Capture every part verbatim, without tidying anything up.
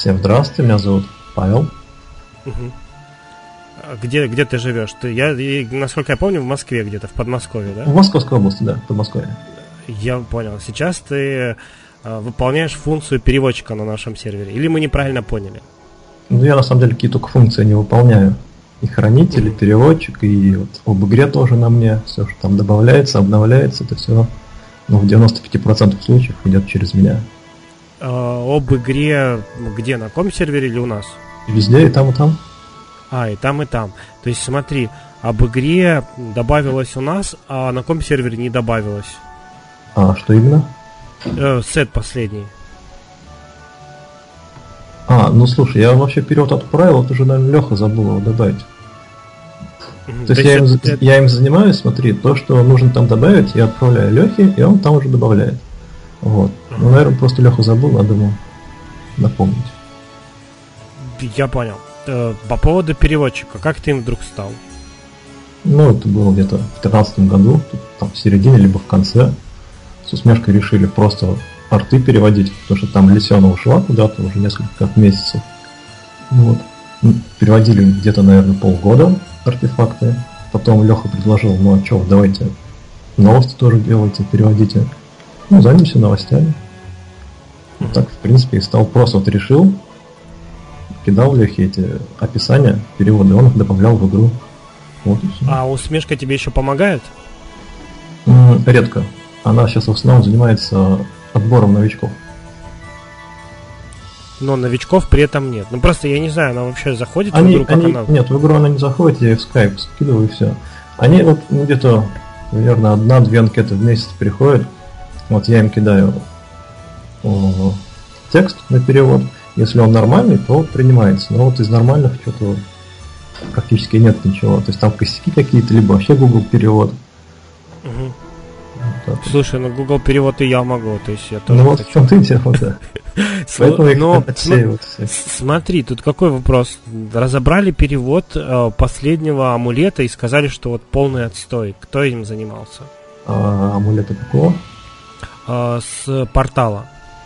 Всем здравствуйте, меня зовут Павел. Угу. Где, где ты живешь? Ты, я, и, насколько я помню, в Москве где-то, в Подмосковье, да? В Московской области, да, в Подмосковье. Я понял. Сейчас ты а, выполняешь функцию переводчика на нашем сервере. Или мы неправильно поняли? Ну, я на самом деле какие только функции не выполняю. И хранитель, и переводчик, и вот об игре тоже на мне. Все, что там добавляется, обновляется, это все, ну, в девяносто пять процентов случаев идет через меня. А, об игре где? На ком-сервере или у нас? Везде, и там, и там. А, и там, и там. То есть, смотри, об игре добавилось у нас, а на ком-сервере не добавилось. А, что именно? Э, сет последний. А, ну слушай, я вообще перевод отправил, это уже, наверное, Леха забыл его добавить. Mm-hmm. То есть я им, это... я им занимаюсь, смотри, то, что нужно там добавить, я отправляю Лехе, и он там уже добавляет. Вот. Mm-hmm. Ну, наверное, просто Леха забыл, надо ему напомнить. Я понял. По поводу переводчика, как ты им вдруг стал? Ну, это было где-то в две тысячи тринадцатом году, там в середине, либо в конце. С усмешкой решили просто арты переводить, потому что там Лисена ушла куда-то уже несколько месяцев. Вот. Переводили где-то, наверное, полгода артефакты. Потом Леха предложил, ну а что, давайте новости тоже делайте, переводите. Ну, займемся новостями. Вот так, в принципе, и стал просто вот решил, кидал Лехе эти описания, переводы, он их добавлял в игру. Вот и все. А усмешка тебе еще помогает? М-м, редко. Она сейчас в основном занимается отбором новичков. Но новичков при этом нет. Ну просто я не знаю, она вообще заходит они, в игру, как они, она... Нет, в игру она не заходит, я ей в скайп скидываю и все. Они вот ну, где-то, наверное, одна-две анкеты в месяц приходят. Вот я им кидаю о, текст на перевод. Если он нормальный, то принимается. Но вот из нормальных что-то практически нет ничего. То есть там косяки какие-то, либо вообще Google перевод. Угу. Вот слушай, ну Google перевод и я могу, то есть я тоже. Ну вот в чем ты делал, да. Поэтому их Но отсеивают все. Смотри, тут какой вопрос. Разобрали перевод э, последнего амулета и сказали, что вот полный отстой. Кто этим занимался? А, амулета какого? Э, с портала.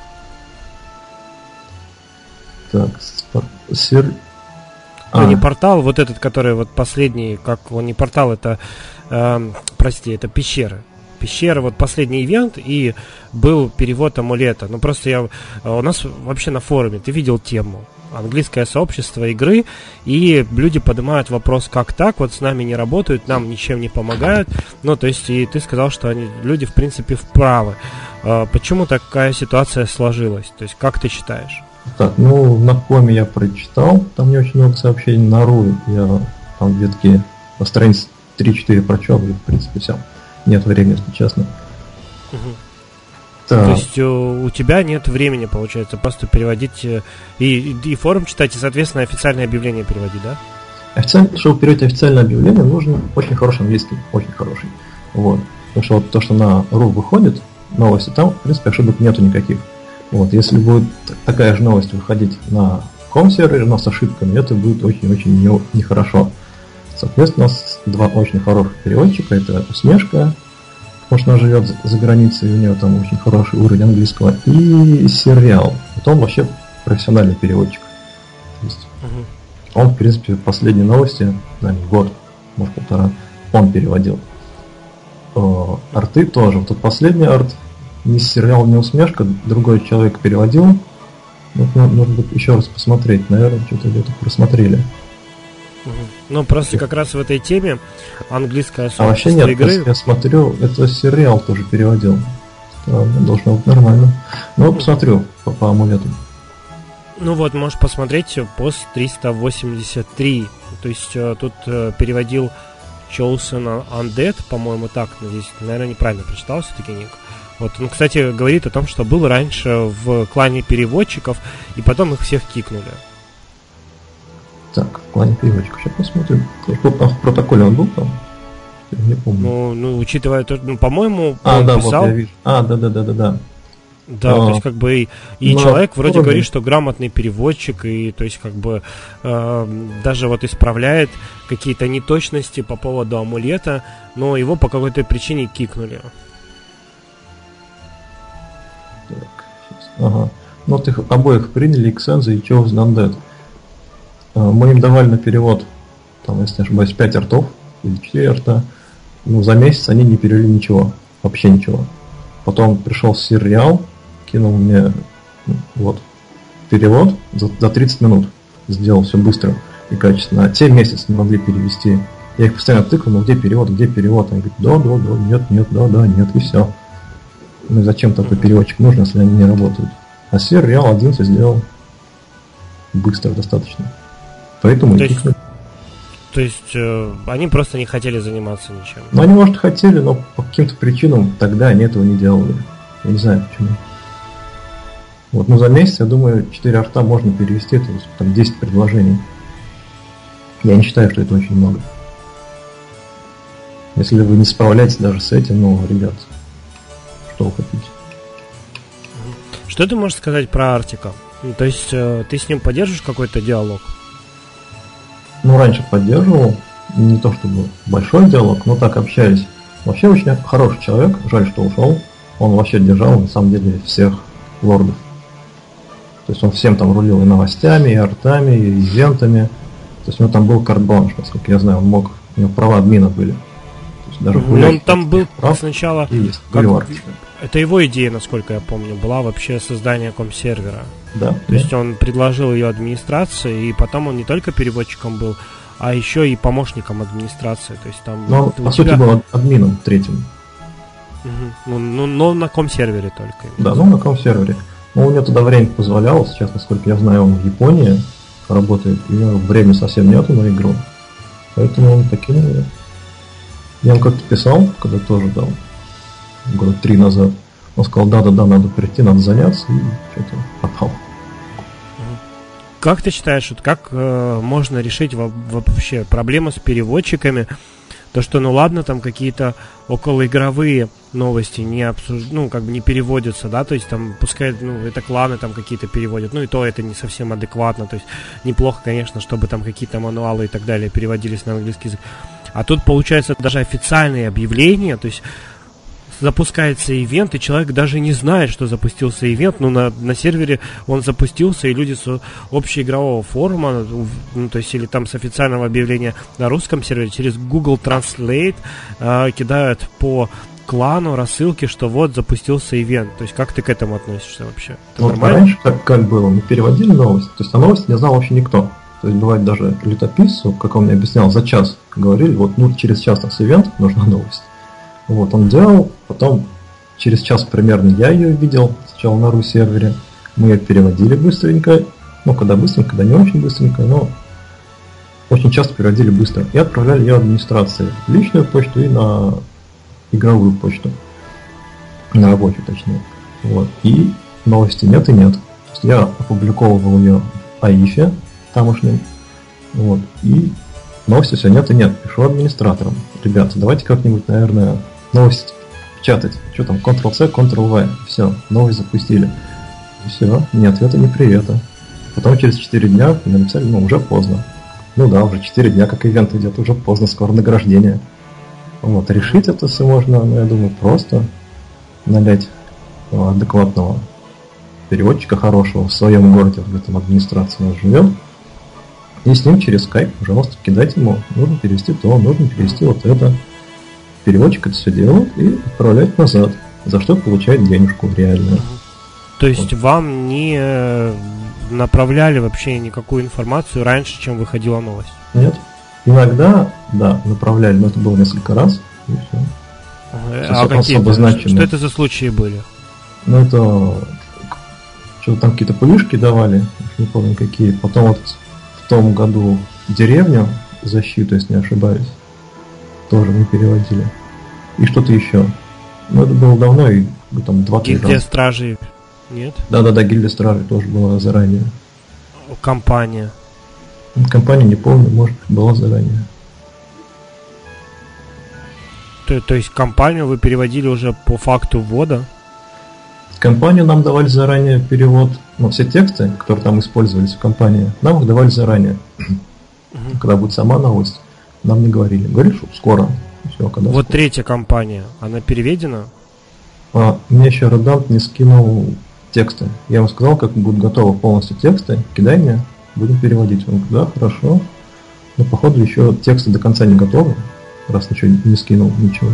Так, спор... Свер... Ну, а. не портал, вот этот, который вот последний, как он не портал, это, э, прости, это пещеры. Пещера, вот последний ивент, и был перевод амулета. Ну, просто я, у нас вообще на форуме, ты видел тему, английское сообщество игры, и люди поднимают вопрос, как так, вот с нами не работают, нам ничем не помогают. Ну, то есть, и ты сказал, что они, люди, в принципе, вправы. Э, почему такая ситуация сложилась? То есть, как ты считаешь? Так, ну, на коме я прочитал, там не очень много сообщений, на ру я там где-то на странице три-четыре прочел, и, в принципе, все. Нет времени, если честно. Угу. То есть у, у тебя нет времени, получается, просто переводить и, и, и форум читать, и, соответственно, официальное объявление переводить, да? Официально, чтобы переводить официальное объявление, нужен очень хороший английский, очень хороший. Вот. Потому что вот то, что на ру выходит, новости, там, в принципе, ошибок нету никаких. Вот, если будет такая же новость выходить на ком-сервере, но с ошибками, это будет очень-очень не, нехорошо. Соответственно, у нас два очень хороших переводчика, это усмешка, потому что она живет за границей, у нее там очень хороший уровень английского, и сериал. Вот он вообще профессиональный переводчик. То есть угу. Он, в принципе, последние новости, наверное, год, может полтора, он переводил. О, арты тоже. Вот тут последний арт, ни сериал, ни усмешка, другой человек переводил. Вот, нужно будет еще раз посмотреть. Наверное, что-то где-то просмотрели. Угу. Ну, просто как раз в этой теме английское сообщество а вообще нет, игры... я смотрю, это сериал тоже переводил. Ладно, должно быть нормально. Ну, посмотрю по, по амулету. Ну вот, можешь посмотреть пост триста восемьдесят три. То есть тут э, переводил Chosen Undead, по-моему, так. Надеюсь, наверное, неправильно прочитал все-таки ник. Вот, он, кстати, говорит о том, что был раньше в клане переводчиков, и потом их всех кикнули. Так, в клане переводчиков, сейчас посмотрим. А в протоколе он был там? Я не помню. Ну, ну учитывая то, ну, по-моему, а, он да, писал... вот я вижу. А, да-да-да-да-да. Да, а, то есть как бы и, и ну, человек вроде форуме. говорит, что грамотный переводчик, и то есть как бы э, даже вот исправляет какие-то неточности по поводу амулета, но его по какой-то причине кикнули. Так, сейчас. Ага. Ну, вот их обоих приняли, Xenza и Chose Undead. Мы им давали на перевод, там, если не ошибаюсь, пять артов или четыре арта. Ну, за месяц они не перевели ничего, вообще ничего. Потом пришел Сир Реал, кинул мне вот перевод за, за тридцать минут. Сделал все быстро и качественно. А те месяц не могли перевести. Я их постоянно тыкал, ну где перевод, где перевод? Они говорят, да, да, да, нет, нет, да, да, нет, и все. Ну и зачем такой переводчик нужен, если они не работают? А Сир Реал один все сделал быстро достаточно. Поэтому... То есть, то есть э, они просто не хотели заниматься ничем? Ну они, может, хотели, но по каким-то причинам тогда они этого не делали. Я не знаю почему. Вот, ну за месяц, я думаю, четыре арта можно перевести, то есть там десять предложений. Я не считаю, что это очень много. Если вы не справляетесь даже с этим, ну, ребят, что вы хотите? Что ты можешь сказать про Артика? Ну, то есть э, ты с ним поддерживаешь какой-то диалог? Ну, раньше поддерживал, не то чтобы большой диалог, но так общались. Вообще очень хороший человек, жаль, что ушел. Он вообще держал, на самом деле, всех лордов. То есть он всем там рулил и новостями, и артами, и ивентами. То есть у него там был карт-бланш, насколько я знаю, он мог, у него права админа были. То есть даже ну, он там был сначала... Есть, как... Это его идея, насколько я помню, была вообще создание ком-сервера. Да. То да. есть он предложил ее администрации, и потом он не только переводчиком был, а еще и помощником администрации. То есть там... Но он, по сути, тебя... был админом третьим. Угу. Ну, ну, но на ком-сервере только. Да, ну на ком-сервере. Ну, у него тогда время позволяло, сейчас, насколько я знаю, он в Японии работает, и у него времени совсем нету на игру. Поэтому он таким... Я ему как-то писал, когда тоже дал, года три назад. Он сказал, да-да-да, надо прийти, надо заняться, и что-то пропал. Как ты считаешь, вот как э, можно решить вообще проблему с переводчиками? То, что, ну ладно, там какие-то околоигровые новости не обсуж... ну, как бы не переводятся, да, то есть там, пускай, ну, это кланы там какие-то переводят, ну, и то это не совсем адекватно, то есть неплохо, конечно, чтобы там какие-то мануалы и так далее переводились на английский язык. А тут, получается, даже официальные объявления, то есть запускается ивент, и человек даже не знает, что запустился ивент, но на, на сервере он запустился, и люди с общеигрового форума, ну, то есть или там с официального объявления на русском сервере через Google Translate э, кидают по клану рассылки, что вот запустился ивент. То есть как ты к этому относишься вообще? Это вот нормально? Раньше как, как было, мы переводили новость, то есть о новости не знал вообще никто. То есть бывает даже летописцу, как он мне объяснял, за час говорили, вот ну через час у нас ивент, нужна новость. Вот он делал, потом через час примерно я ее видел, сначала на ру сервере, мы ее переводили быстренько, ну когда быстренько, когда не очень быстренько, но очень часто переводили быстро и отправляли ее администрации в личную почту и на игровую почту, на рабочую точнее. Вот. И новости нет и нет. То есть я опубликовывал ее в АИФе тамошнем, вот, и новости все нет и нет. Пишу администраторам. Ребята, давайте как-нибудь, наверное, новости печатать. Что там, контрол-C, контрол-V. Все, новость запустили. И все, ни ответа, ни привета. Потом через четыре дня мне написали, ну, уже поздно. Ну да, уже четыре дня, как ивент идет, уже поздно, скоро награждение. Вот, решить это все можно, ну, я думаю, просто нанять ну, адекватного переводчика хорошего в своем городе, в этом администрации у нас живет. И с ним через скайп, пожалуйста, кидать ему, нужно перевести то, нужно перевести вот это. Переводчик это все делает и отправляет назад, за что получает денежку реальную. То есть вот. Вам не направляли вообще никакую информацию раньше, чем выходила новость? Нет. Иногда, да, направляли, но это было несколько раз, и все. Ага. А какие это, что это за случаи были? Ну это что-то там какие-то пылишки давали, не помню какие. Потом вот в том году деревню защиту, если не ошибаюсь, тоже мы переводили. И что-то еще. Ну это было давно, и там два-три раза. Гильдия стражей нет? Да-да-да, гильдия стражей тоже была заранее. Компания? Компания не помню, может быть, была заранее. То, то есть компанию вы переводили уже по факту ввода? Компанию нам давали заранее перевод, ну, все тексты, которые там использовались в компании, нам их давали заранее. Uh-huh. Когда будет сама новость, нам не говорили. Говорили, что скоро. Все, когда вот скоро. Третья компания, она переведена? А, мне еще Редант не скинул тексты. Я ему сказал, как будут готовы полностью тексты, кидай мне, будем переводить. Он говорит, да, хорошо. Но походу еще тексты до конца не готовы, раз ничего не скинул, ничего.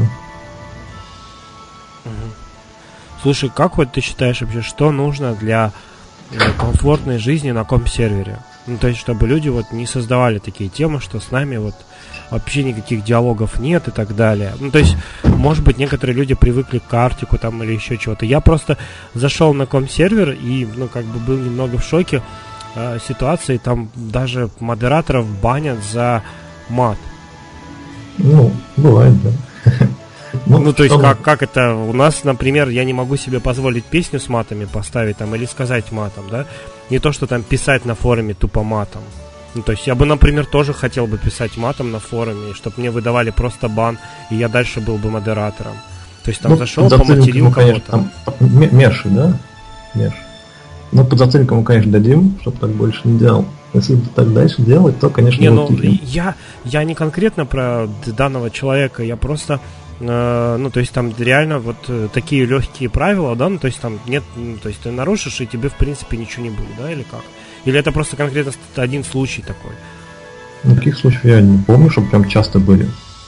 Слушай, как вот ты считаешь вообще, что нужно для комфортной жизни на комп-сервере? Ну, то есть, чтобы люди вот не создавали такие темы, что с нами вот вообще никаких диалогов нет и так далее. Ну, то есть, может быть, некоторые люди привыкли к картику там или еще чего-то. Я просто зашел на комп-сервер и, ну, как бы был немного в шоке э, ситуации. Там даже модераторов банят за мат. Ну, бывает, да. Ну, ну то есть, как, как это у нас, например, я не могу себе позволить песню с матами поставить там или сказать матом, да? Не то, что там писать на форуме тупо матом. Ну, то есть, я бы, например, тоже хотел бы писать матом на форуме, чтобы мне выдавали просто бан, и я дальше был бы модератором. То есть, там ну, зашел, поматерил ну, кого-то. Там, Меши, да? Меш. Ну, под заценку мы, конечно, дадим, чтобы так больше не делал. Если так дальше делать, то, конечно, не, ну, я, я не конкретно про данного человека, я просто... Ну, то есть там реально вот такие легкие правила, да, ну, то есть там нет, ну, то есть ты нарушишь, и тебе, в принципе, ничего не будет, да, или как? Или это просто конкретно один случай такой? Ну, таких случаев я не помню, чтобы прям часто были.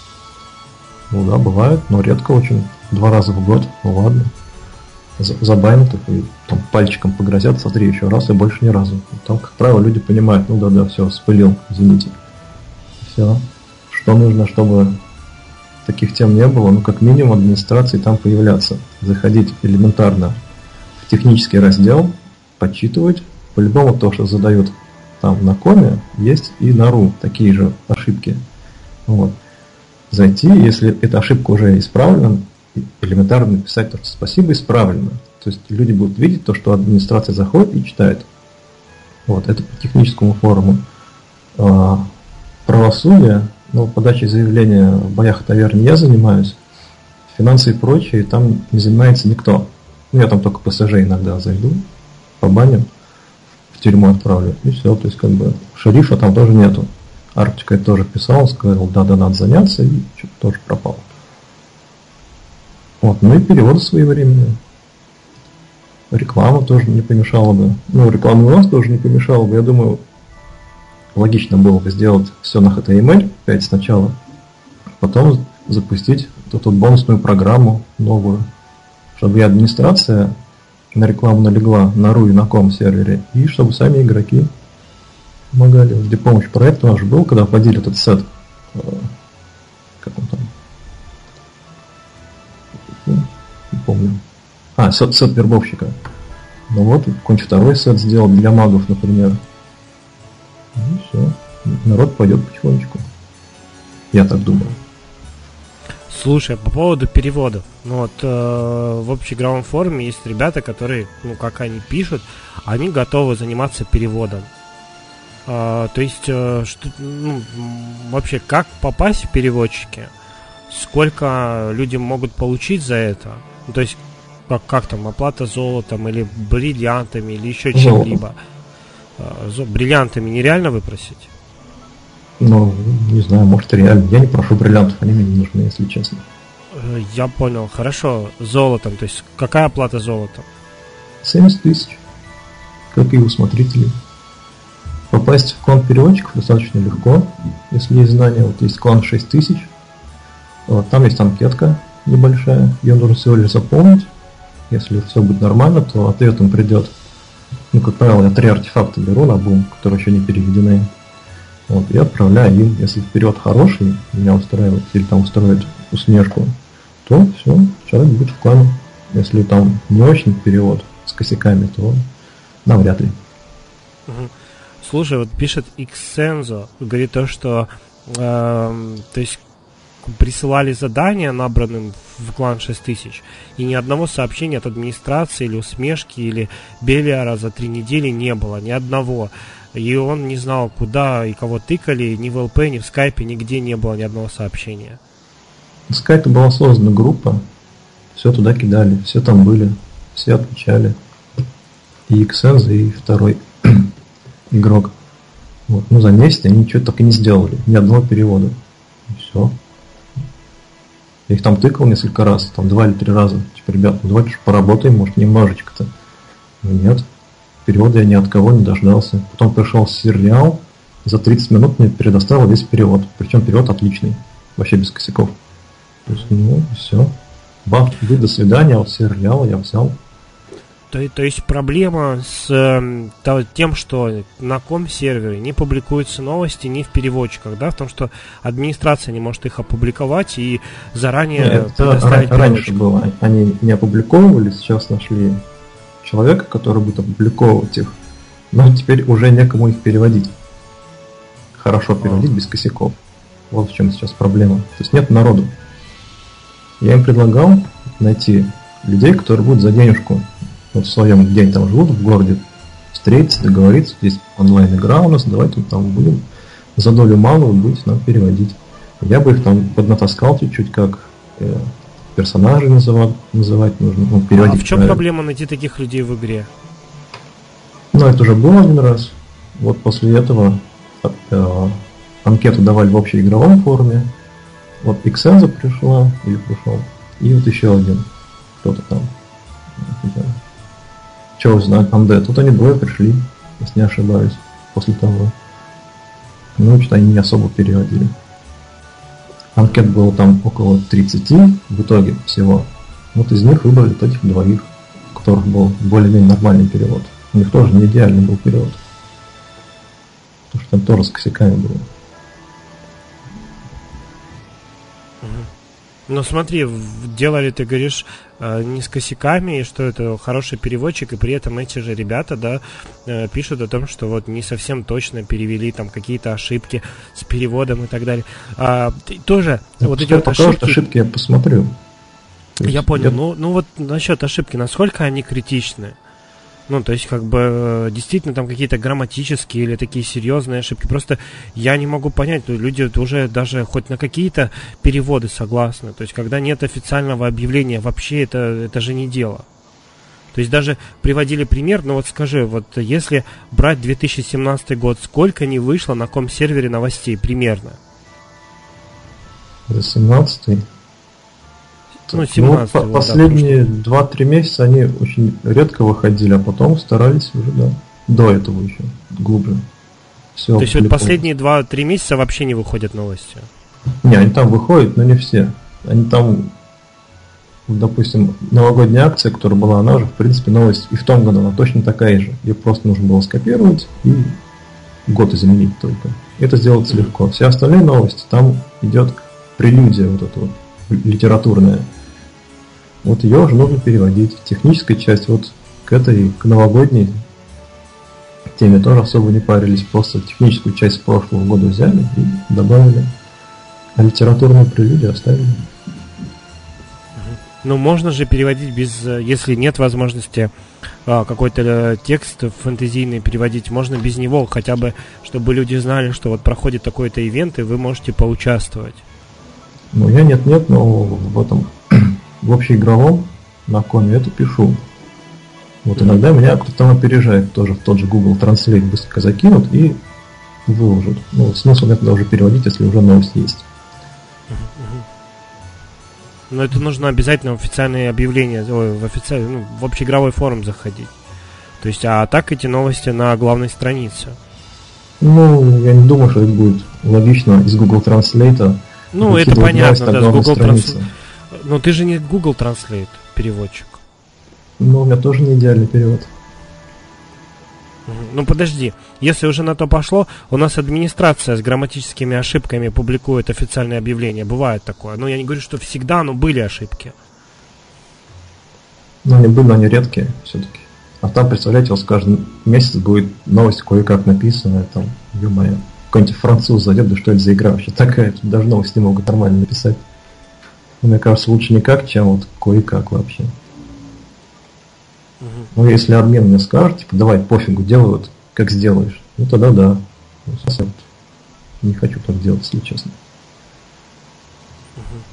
Ну, да, бывает, но редко очень. Два раза в год, ну, ладно. Забанят их и там пальчиком погрозят, смотри, еще раз и больше ни разу. Там, как правило, люди понимают, ну, да-да, все, вспылил, извините. Все. Что нужно, чтобы... таких тем не было, ну, как минимум администрации там появляться. Заходить элементарно в технический раздел, подсчитывать. По-любому то, что задают там на коме, есть и на ру такие же ошибки. Вот. Зайти, если эта ошибка уже исправлена, элементарно написать то, что спасибо, исправлено. То есть люди будут видеть то, что администрация заходит и читает. Вот, это по техническому форуму. А, правосудие. Но подачей заявления в боях и таверне я занимаюсь. Финансы и прочее, там не занимается никто. Ну, я там только ПСЖ иногда зайду, по баням, в тюрьму отправлю, и все. То есть, как бы, шерифа там тоже нету. Арктика тоже писал, сказал, да-да, надо заняться, и что-то тоже пропал. Вот, ну и переводы своевременные. Реклама тоже не помешала бы. Ну, реклама у нас тоже не помешала бы, я думаю... Логично было бы сделать все на эйч ти эм эль пять сначала, потом запустить вот эту бонусную программу новую, чтобы и администрация на рекламу налегла на ру и на ком сервере, и чтобы сами игроки помогали. Где помощь проекта у нас же был, когда вводили этот сет, как он там, не помню, а, сет, сет вербовщика. Ну вот, какой-нибудь второй сет сделать для магов, например. И все. Народ пойдет потихонечку. Я так думаю. Слушай, по поводу переводов. Ну вот э, в общеигровом форуме есть ребята, которые, ну как они пишут, они готовы заниматься переводом. Э, то есть, э, что, ну, вообще, как попасть в переводчики? Сколько люди могут получить за это? Ну, то есть, как, как там, оплата золотом или бриллиантами, или еще чем-либо? Бриллиантами нереально выпросить? Ну, не знаю, может реально. Я не прошу бриллиантов, они мне не нужны, если честно. Я понял, хорошо. Золотом, то есть какая оплата золотом? семьдесят тысяч, как и у смотрителей. Попасть в клан переводчиков достаточно легко, если есть знания. Вот есть клан шесть тысяч, вот, там есть анкетка небольшая, ее нужно всего лишь заполнить. Если все будет нормально, то ответом придет. Ну, как правило, я три артефакта беру на бум, которые еще не переведены. Вот, и отправляю им. Если вперед хороший, меня устраивает, или там устроит усмешку, то все, человек будет в клане. Если там не очень перевод с косяками, то навряд ли. Угу. Слушай, вот пишет Иксензо, говорит то, что э, то есть присылали задания набранным в клан шесть тысяч, и ни одного сообщения от администрации или усмешки или Белиара за три недели не было, ни одного. И он не знал, куда и кого тыкали, ни в эл пи, ни в скайпе, нигде не было ни одного сообщения. В скайпе была создана группа, все туда кидали, все там были, все отвечали. И Иксензо, и второй игрок. Вот. Ну, за месяц они ничего так и не сделали, ни одного перевода. И все. Я их там тыкал несколько раз, там два или три раза. Типа, ребят, ну давайте же поработаем, может, немножечко-то. Нет, перевода я ни от кого не дождался. Потом пришел сериал, за тридцать минут мне предоставил весь перевод. Причем перевод отличный, вообще без косяков. То есть, ну, все. Бах, вы, до свидания, вот сериал я взял. То, то есть проблема с э, то, тем, что на ком-сервере не публикуются новости ни в переводчиках, да, в том, что администрация не может их опубликовать и заранее Нет, предоставить это раньше было. Они не опубликовывали, сейчас нашли человека, который будет опубликовывать их, но теперь уже некому их переводить. Хорошо переводить без косяков. Вот в чем сейчас проблема. То есть нет народу. Я им предлагал найти людей, которые будут за денежку вот в своем, где они там живут, в городе, встретиться, договориться, здесь онлайн-игра у нас, давайте там будем за долю малую будете нам переводить. Я бы их там поднатаскал чуть-чуть, как э, персонажей называть, называть нужно, ну, переводить. А в чем правильно. Проблема найти таких людей в игре? Ну, это уже было один раз. Вот после этого э, анкету давали в общеигровом форуме. Вот Иксенза пришла, или пришел, и вот еще один, кто-то там. Чего знает, Undead. Тут они двое пришли, если не ошибаюсь, после того. Ну, что-то они не особо переводили. Анкет было там около тридцати в итоге всего. Вот из них выбрали вот этих двоих, у которых был более-менее нормальный перевод. У них тоже не идеальный был перевод. Потому что там тоже с косяками было. Ну смотри, делали, ты говоришь, не с косяками, и что это хороший переводчик, и при этом эти же ребята, да, пишут о том, что вот не совсем точно перевели там какие-то ошибки с переводом и так далее. А, тоже ну, вот эти вот ошибки... ошибки я посмотрю. Я понял, я... ну, ну вот насчет ошибки, насколько они критичны? Ну, то есть, как бы, действительно, там какие-то грамматические или такие серьезные ошибки. Просто я не могу понять, люди уже даже хоть на какие-то переводы согласны. То есть, когда нет официального объявления, вообще это, это же не дело. То есть, даже приводили пример, ну вот скажи, вот если брать две тысячи семнадцатый год, сколько не вышло на ком-сервере новостей примерно? За семнадцатый? Ну, семнадцатый, ну, по- последние да, два-три месяца они очень редко выходили, а потом старались уже, да, до этого еще глубже. Все. То есть вот последние два-три месяца вообще не выходят новости? Не, они там выходят, но не все. Они там, допустим, новогодняя акция, которая была, она уже, в принципе, новость и в том году, она точно такая же. Ее просто нужно было скопировать и год изменить только. Это сделать легко. Все остальные новости, там идет прелюдия вот эта вот литературная. Вот ее уже нужно переводить. Техническая часть вот к этой, к новогодней теме тоже особо не парились. Просто техническую часть прошлого года взяли и добавили. А литературную прелюдию оставили. Ну, можно же переводить без... Если нет возможности а, какой-то текст фэнтезийный переводить, можно без него, хотя бы, чтобы люди знали, что вот проходит такой-то ивент, и вы можете поучаствовать. Ну, я нет-нет, но в этом, в общеигровом на коме это пишу. Вот иногда меня кто-то там опережает, тоже в тот же Google Translate быстро закинут и выложат. Ну, смысл это уже переводить, если уже новость есть. Но это нужно обязательно в официальные объявления, ой, в официальный, ну, в общеигровой форум заходить. То есть, а так эти новости на главной странице. Ну, я не думаю, что это будет логично из Google Translate. Ну, это понятно, да, с Google Translate. Но ты же не Google Translate переводчик. Ну, у меня тоже не идеальный перевод. Ну, подожди. Если уже на то пошло, у нас администрация с грамматическими ошибками публикует официальные объявления. Бывает такое. Ну, я не говорю, что всегда, но были ошибки. Ну, они были, но они редкие все-таки. А там, представляете, у вас каждый месяц будет новость кое-как написанная, там, ё-моё. Какой-нибудь француз зайдет, да что это за игра вообще такая, тут даже новости не могут нормально написать. Мне кажется, лучше никак, чем вот кое-как вообще. Угу. Ну, если админ мне скажет, типа, давай, пофигу, делай вот, как сделаешь, ну тогда да. Ну, сейчас вот не хочу так делать, если честно. Угу.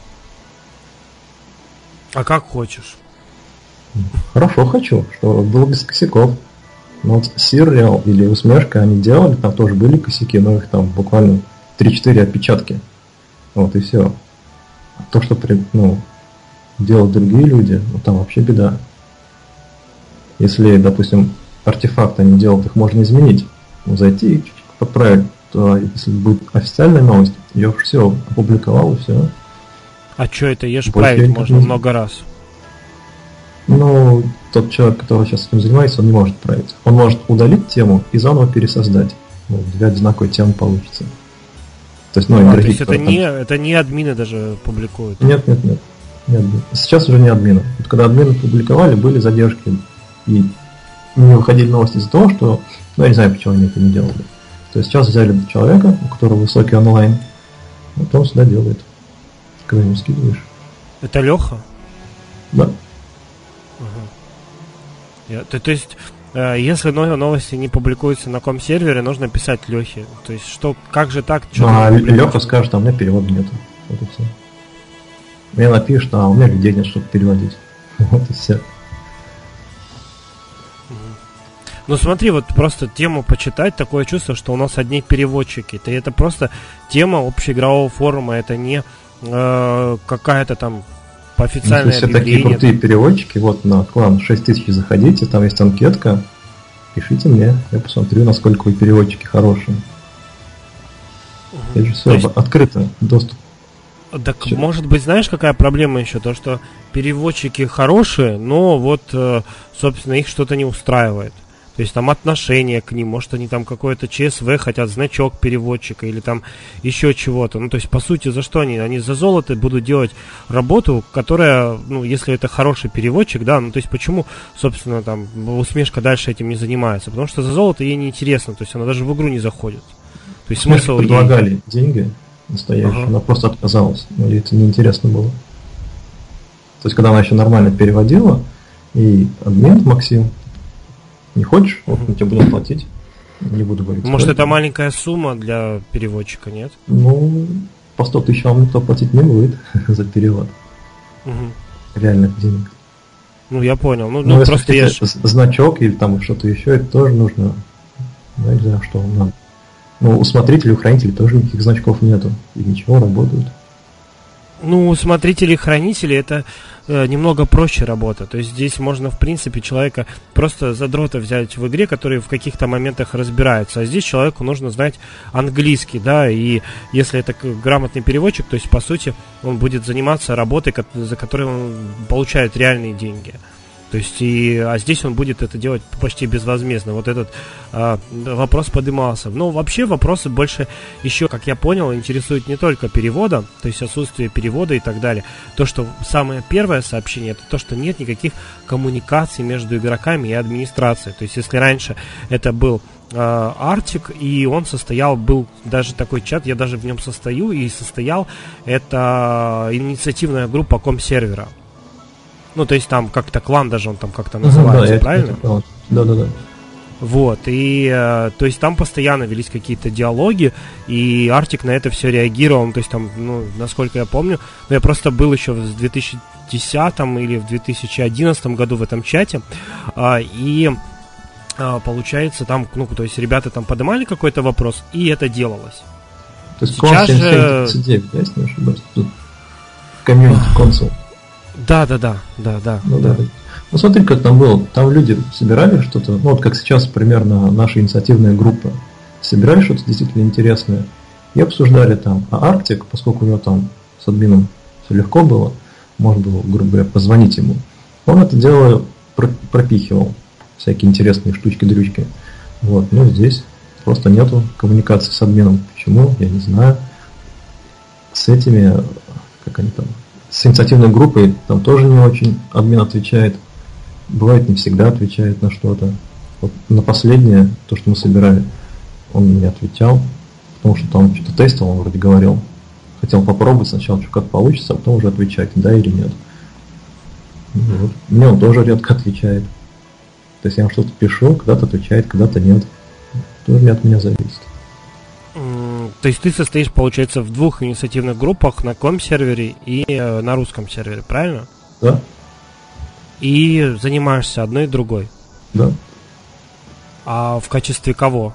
А как хочешь? Хорошо хочу, что было без косяков. Но вот сериал или усмешка они делали, там тоже были косяки, но их там буквально три-четыре отпечатки. Вот и все. А то, что ну, делают другие люди, ну там вообще беда. Если, допустим, артефакты они делают, их можно изменить, зайти и подправить. То если будет официальная новость, ее все опубликовал и все. А что это? Ее же править можно не... много раз. Ну, тот человек, который сейчас этим занимается, он не может править. Он может удалить тему и заново пересоздать. Ну, две одинаковые темы получится. То есть, ну, а, игроки, то есть это там... не, это не админы даже публикуют? Нет, нет, нет. Не админ. Сейчас уже не админы. Вот когда админы публиковали, были задержки. И не выходили новости из-за того, что... Ну, я не знаю, почему они это не делали. То есть сейчас взяли человека, у которого высокий онлайн. Вот он сюда делает. Когда ему скидываешь. Это Леха? Да. Угу. Я, то, то есть, э, если новости не публикуются на ком-сервере, нужно писать Лехе. То есть, что, как же так? Ну, а Леха скажет, а у меня перевода нету. Вот и все. Мне напишет, а у меня людей нет, чтобы переводить. Вот и все. Ну смотри, вот просто тему почитать, такое чувство, что у нас одни переводчики. Это, это просто тема общеигрового форума, это не э, какая-то там официальное ну, если объявление. Если такие крутые переводчики, вот на клан шесть тысяч заходите, там есть анкетка, пишите мне, я посмотрю, насколько вы переводчики хорошие. Угу. Это же все есть... открыто, доступ. Так, все. Может быть, знаешь, какая проблема еще? То, что переводчики хорошие, но вот, собственно, их что-то не устраивает. То есть там отношение к ним, может они там какое-то ЧСВ хотят, значок переводчика или там еще чего-то. Ну то есть по сути за что они? Они за золото будут делать работу, которая, ну если это хороший переводчик, да, ну то есть почему, собственно, там усмешка дальше этим не занимается? Потому что за золото ей неинтересно, то есть она даже в игру не заходит. То есть смысл ей... предлагали деньги настоящие, ага. Она просто отказалась, но ей это неинтересно было. То есть когда она еще нормально переводила, и админ Максим, не хочешь, вот мы тебе будем платить. Не буду говорить. Может, это маленькая сумма для переводчика, нет? Ну, по сто тысяч вам никто платить не будет за перевод. Угу. Реальных денег. Ну, я понял. Ну, ну, ну просто я... Значок или там что-то еще, это тоже нужно. Я не знаю, что вам надо. Ну, у смотрителей, у хранителей тоже никаких значков нету. И ничего, работают. Ну, у смотрителей и хранителей это э, немного проще работа. То есть здесь можно, в принципе, человека просто задрота взять в игре, который в каких-то моментах разбирается. А здесь человеку нужно знать английский, да, и если это грамотный переводчик, то есть, по сути, он будет заниматься работой, за которой он получает реальные деньги. То есть, и, а здесь он будет это делать почти безвозмездно. Вот этот а, вопрос поднимался. Но вообще вопросы больше еще, как я понял, интересуют не только перевода, то есть отсутствие перевода и так далее. То, что самое первое сообщение, это то, что нет никаких коммуникаций между игроками и администрацией. То есть, если раньше это был Arctic, и он состоял, был даже такой чат, я даже в нем состою, и состоял, это инициативная группа ком-сервера. Ну, то есть там как-то клан даже он там как-то называется, uh-huh, да, правильно? Да, да, да. Вот, и э, то есть там постоянно велись какие-то диалоги, и Arctic на это все реагировал, то есть там, ну, насколько я помню, ну, я просто был еще в две тысячи десятом или в две тысячи одиннадцатом году в этом чате, э, и э, получается там, ну, то есть ребята там поднимали какой-то вопрос, и это делалось. То есть сейчас же... тридцать девять, да, если не ошибаюсь, тут комьюнити консул. Да, да, да, да, да. Ну, да. да. Ну смотри, как там было. Там люди собирали что-то, ну вот как сейчас примерно наша инициативная группа. Собирали что-то действительно интересное и обсуждали там. А Arctic, поскольку у него там с админом все легко было, можно было, грубо говоря, позвонить ему. Он это дело пропихивал. Всякие интересные штучки-дрючки. Вот, ну здесь просто нету коммуникации с админом. Почему? Я не знаю. С этими, как они там... С инициативной группой там тоже не очень админ отвечает. Бывает, не всегда отвечает на что-то. Вот на последнее, то, что мы собирали, он не отвечал, потому что там что-то тестил, он вроде говорил. Хотел попробовать сначала, что как получится, а потом уже отвечать, да или нет. Вот. Мне он тоже редко отвечает. То есть я ему что-то пишу, когда-то отвечает, когда-то нет. Тоже не от меня зависит. То есть ты состоишь, получается, в двух инициативных группах, на ком-сервере и э, на русском сервере, правильно? Да. И занимаешься одной и другой? Да. А в качестве кого?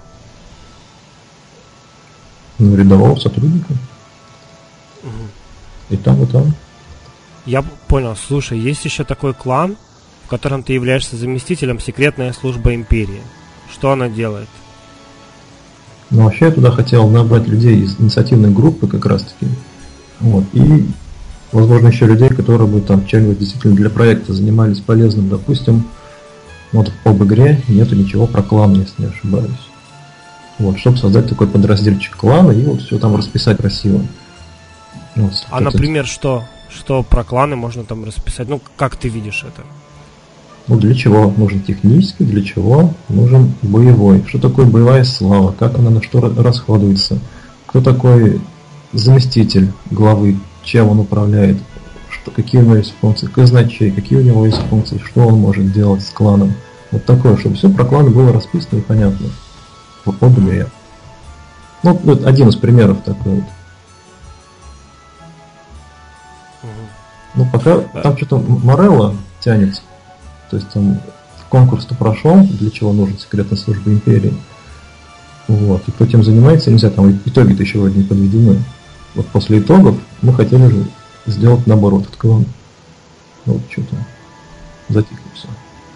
Ну, рядового сотрудника. Угу. И там, и там. Я понял. Слушай, есть еще такой клан в котором ты являешься заместителем секретная служба империи. Что она делает? Ну, вообще я туда хотел набрать людей из инициативной группы как раз-таки. Вот. И, возможно, еще людей, которые бы там чем-нибудь действительно для проекта занимались полезным. Допустим, вот в об-игре нету ничего про клан, если не ошибаюсь. Вот, чтобы создать такой подразделчик клана и вот все там расписать красиво. Вот, а, например, это... что? Что про кланы можно там расписать? Ну, как ты видишь это? Ну, для чего нужен технический, для чего нужен боевой. Что такое боевая слава, как она на что расходуется, кто такой заместитель главы, чем он управляет, что, какие у него есть функции, казначей, какие у него есть функции, что он может делать с кланом. Вот такое, чтобы все про кланы было расписано и понятно. В об-игре. Ну, вот один из примеров такой вот. Ну, пока там что-то Морелло тянется. То есть там конкурс-то прошел, для чего нужен секретная служба империи. Вот. И кто тем занимается, нельзя, там итоги-то еще вроде не подведены. Вот после итогов мы хотели же сделать наоборот этот клан. Вот что-то затихло все.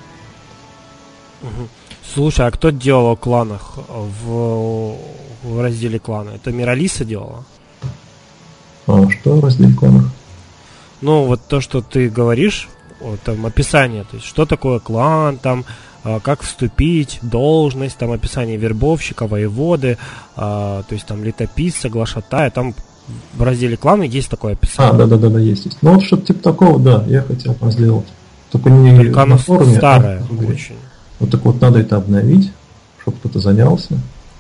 Слушай, а кто делал о кланах в, в разделе клана? Это Миралиса делала? А что в разделе кланах? Ну, вот то, что ты говоришь, вот, там описание, то есть что такое клан, там, а, как вступить, должность, там описание вербовщика, воеводы, а, то есть там летописца, глашатая, там в разделе клана есть такое описание. А, да-да-да, есть, есть. Ну вот что-то типа такого, да, я хотел там сделать. Только не Только на форуме, старое, а очень. Вот так вот надо это обновить, чтобы кто-то занялся.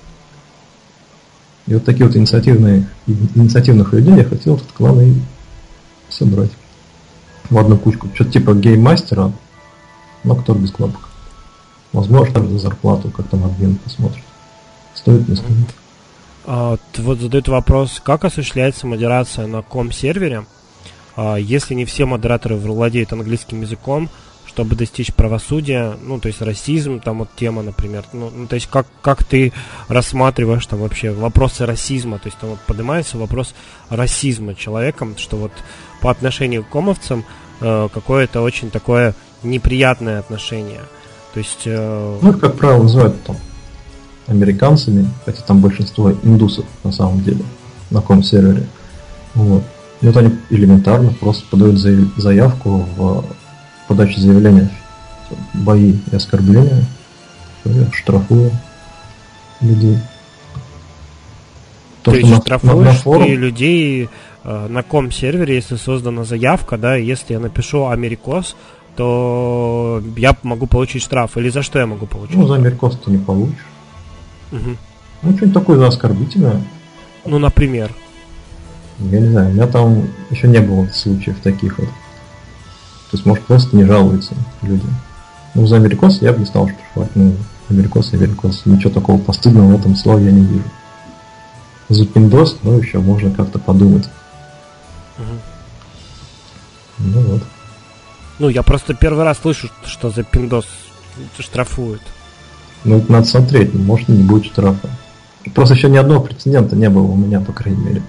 И вот такие вот инициативные, инициативных людей я хотел этот клан и собрать в одну кучку. Что-то типа гейммастера, но который без кнопок. Возможно, даже за зарплату, как там админ посмотрит. Стоит, не стоит. А, вот задают вопрос, как осуществляется модерация на ком-сервере, а, если не все модераторы владеют английским языком, чтобы достичь правосудия, ну, то есть расизм, там вот тема, например, ну, ну то есть как, как ты рассматриваешь там вообще вопросы расизма, то есть там вот поднимается вопрос расизма человеком, что вот по отношению к комовцам э, какое-то очень такое неприятное отношение, то есть... Э... Ну, как правило, называют там американцами, хотя там большинство индусов на самом деле на ком-сервере, вот. И вот они элементарно просто подают заявку в подачу заявления, бои и оскорбления, штрафую людей. То, То есть на, штрафуешь на, на форум... ты людей э, на ком-сервере, если создана заявка, да, если я напишу Америкос, то я могу получить штраф. Или за что я могу получить? Ну, за Америкос ты не получишь. Угу. Ну, что-нибудь такое за оскорбительное. Ну, например. Я не знаю, у меня там еще не было случаев таких вот. То есть, может, просто не жалуются люди. Ну, за Америкос я бы не стал штрафовать. Ну, Америкос и Америкос. Ничего такого постыдного в этом слове я не вижу. За пиндос, ну, еще можно как-то подумать. Угу. Ну, вот. Ну, я просто первый раз слышу, что за пиндос штрафуют. Ну, это надо смотреть. Может, не будет штрафа. Просто еще ни одного прецедента не было у меня, по крайней мере.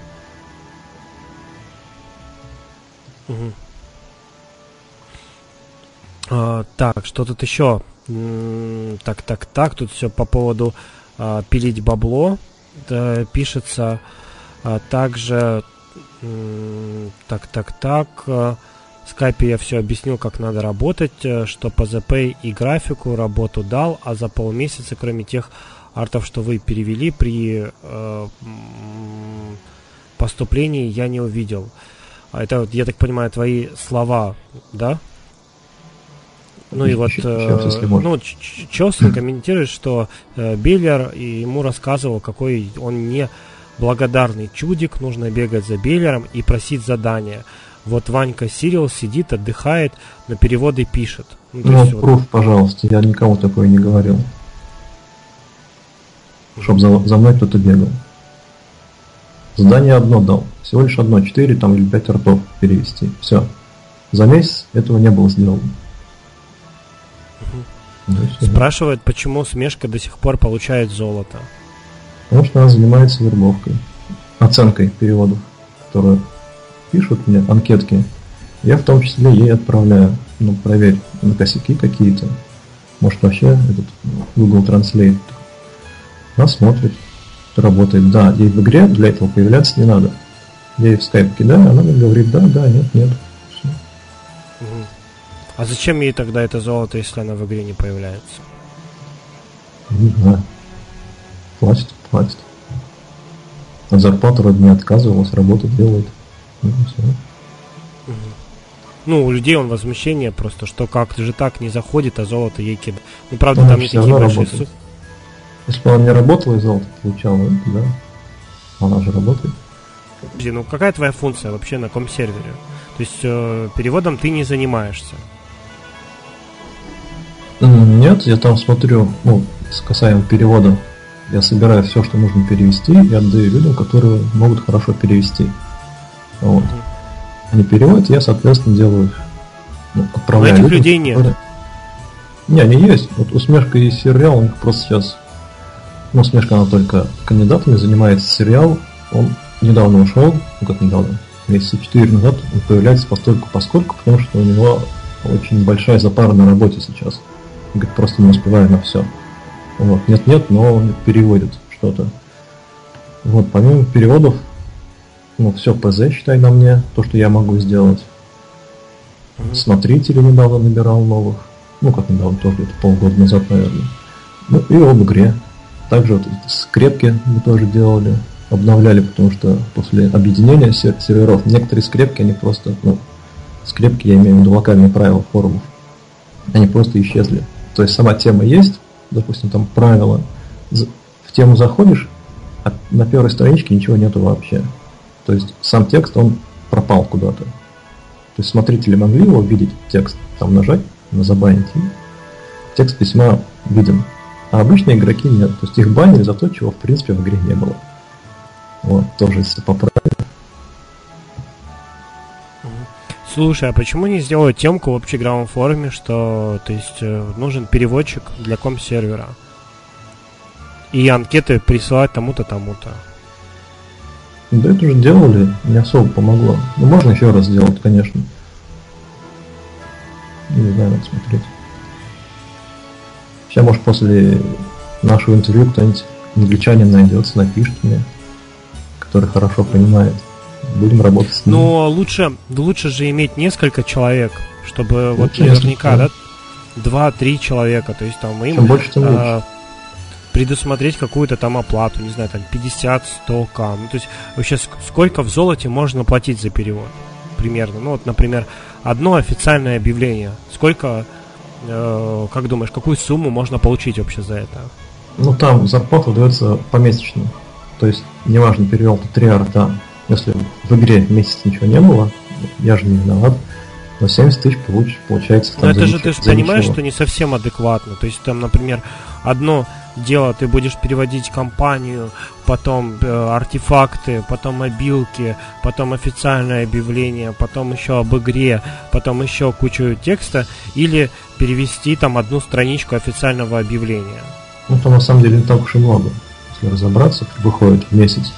Угу. А, так, что тут еще? М-м, так, так, так, тут все по поводу а, пилить бабло. Да, пишется а, также м-м, так, так, так. А, в скайпе я все объяснил, как надо работать, что по ЗП и графику работу дал, а за полмесяца, кроме тех артов, что вы перевели, при э, поступлении я не увидел. Это, вот, я так понимаю, твои слова, да? Ну и вот, э, ну, Чослин комментирует, что э, Беллер и ему рассказывал, какой он не благодарный чудик, нужно бегать за Беллером и просить задания. Вот Ванька Сирил сидит, отдыхает, но переводы пишет. Ну, ну есть, пруф, вот... пожалуйста, я никому такое не говорил. Чтоб за, за мной кто-то бегал. Задание одно дал. Всего лишь одно, четыре там или пять ртов перевести. Все. За месяц этого не было сделано. Угу. Да, спрашивает, почему Смешка до сих пор получает золото. Потому что она занимается вербовкой. Оценкой переводов, которые пишут мне анкетки. Я в том числе ей отправляю. Ну, проверь, на косяки какие-то. Может вообще этот Google Translate. Она смотрит, работает. Да, ей в игре для этого появляться не надо. Я ей в Skype кидаю, она мне говорит, да, да, нет, нет. Все. Угу. А зачем ей тогда это золото, если она в игре не появляется? Не знаю. Платит, платит. От зарплаты вроде не отказывалась, работу делает. Ну, все. Угу. Ну, у людей он возмущение просто, что как-то же так не заходит, а золото ей кидает. Ну, правда, она там не такие большие суммы. Если бы она не работала и золото получала, да, она же работает. Подожди, ну какая твоя функция вообще на ком-сервере? То есть э, переводом ты не занимаешься? Нет, я там смотрю, ну, с касаемо перевода, я собираю все, что нужно перевести, и отдаю людям, которые могут хорошо перевести. Вот. Mm-hmm. Они переводят, я, соответственно, делаю, ну, отправляю. Но этих людям, людей нет. которые... Не, они есть. Вот Усмешка и сериал, у них просто сейчас... Ну, Усмешка, она только кандидатами занимается. Сериал, он недавно ушел, ну как недавно, месяца четыре назад, он появляется постольку поскольку, потому что у него очень большая запара на работе сейчас. Он говорит, просто не успеваю на все. Вот, нет-нет, но он переводит что-то. Вот, помимо переводов, ну, все ПЗ, считай, на мне, то, что я могу сделать. Mm-hmm. Смотрители недавно набирал новых. Ну, как недавно, тоже где-то полгода назад, наверное. Ну, и об игре. Также вот скрепки мы тоже делали, обновляли, потому что после объединения сер- серверов некоторые скрепки, они просто, ну, скрепки, я имею в виду локальные правила форумов, они просто исчезли. То есть сама тема есть, допустим, там правила, в тему заходишь, а на первой страничке ничего нету вообще. То есть сам текст, он пропал куда-то. То есть смотрители могли его видеть, текст, там нажать, на забанить, и текст письма виден. А обычные игроки нет. То есть их банили за то, чего в принципе в игре не было. Вот, тоже если поправить. Слушай, а почему не сделать темку в общеигровом форуме, что, то есть, нужен переводчик для ком-сервера? И анкеты присылать тому-то, тому-то. Да это уже делали, не особо помогло. Ну, можно еще раз сделать, конечно. Не знаю, надо смотреть. Сейчас, может, после нашего интервью кто-нибудь англичанин найдется, напишет мне, который хорошо понимает. Будем работать с ним. Но лучше, лучше же иметь несколько человек, чтобы лучше вот наверняка, да, два-три человека, то есть там им... Чем больше, тем лучше. А, предусмотреть какую-то там оплату, не знаю, там пятьдесят-сто ка. Ну, то есть вообще сколько в золоте можно платить за перевод? Примерно. Ну, вот, например, одно официальное объявление. Сколько, э, как думаешь, какую сумму можно получить вообще за это? Ну, там зарплата выдается помесячно. То есть, неважно, перевел ты три арта. Если в игре месяц ничего не было, я же не виноват, но семьдесят тысяч получ, получается. Но это же ты же понимаешь, ничего. Что не совсем адекватно. То есть там, например, одно дело ты будешь переводить компанию, потом э, артефакты, потом мобилки, потом официальное объявление, потом еще об игре, потом еще кучу текста, или перевести там одну страничку официального объявления. Ну, то на самом деле не так уж и много. Если разобраться, выходит в месяц.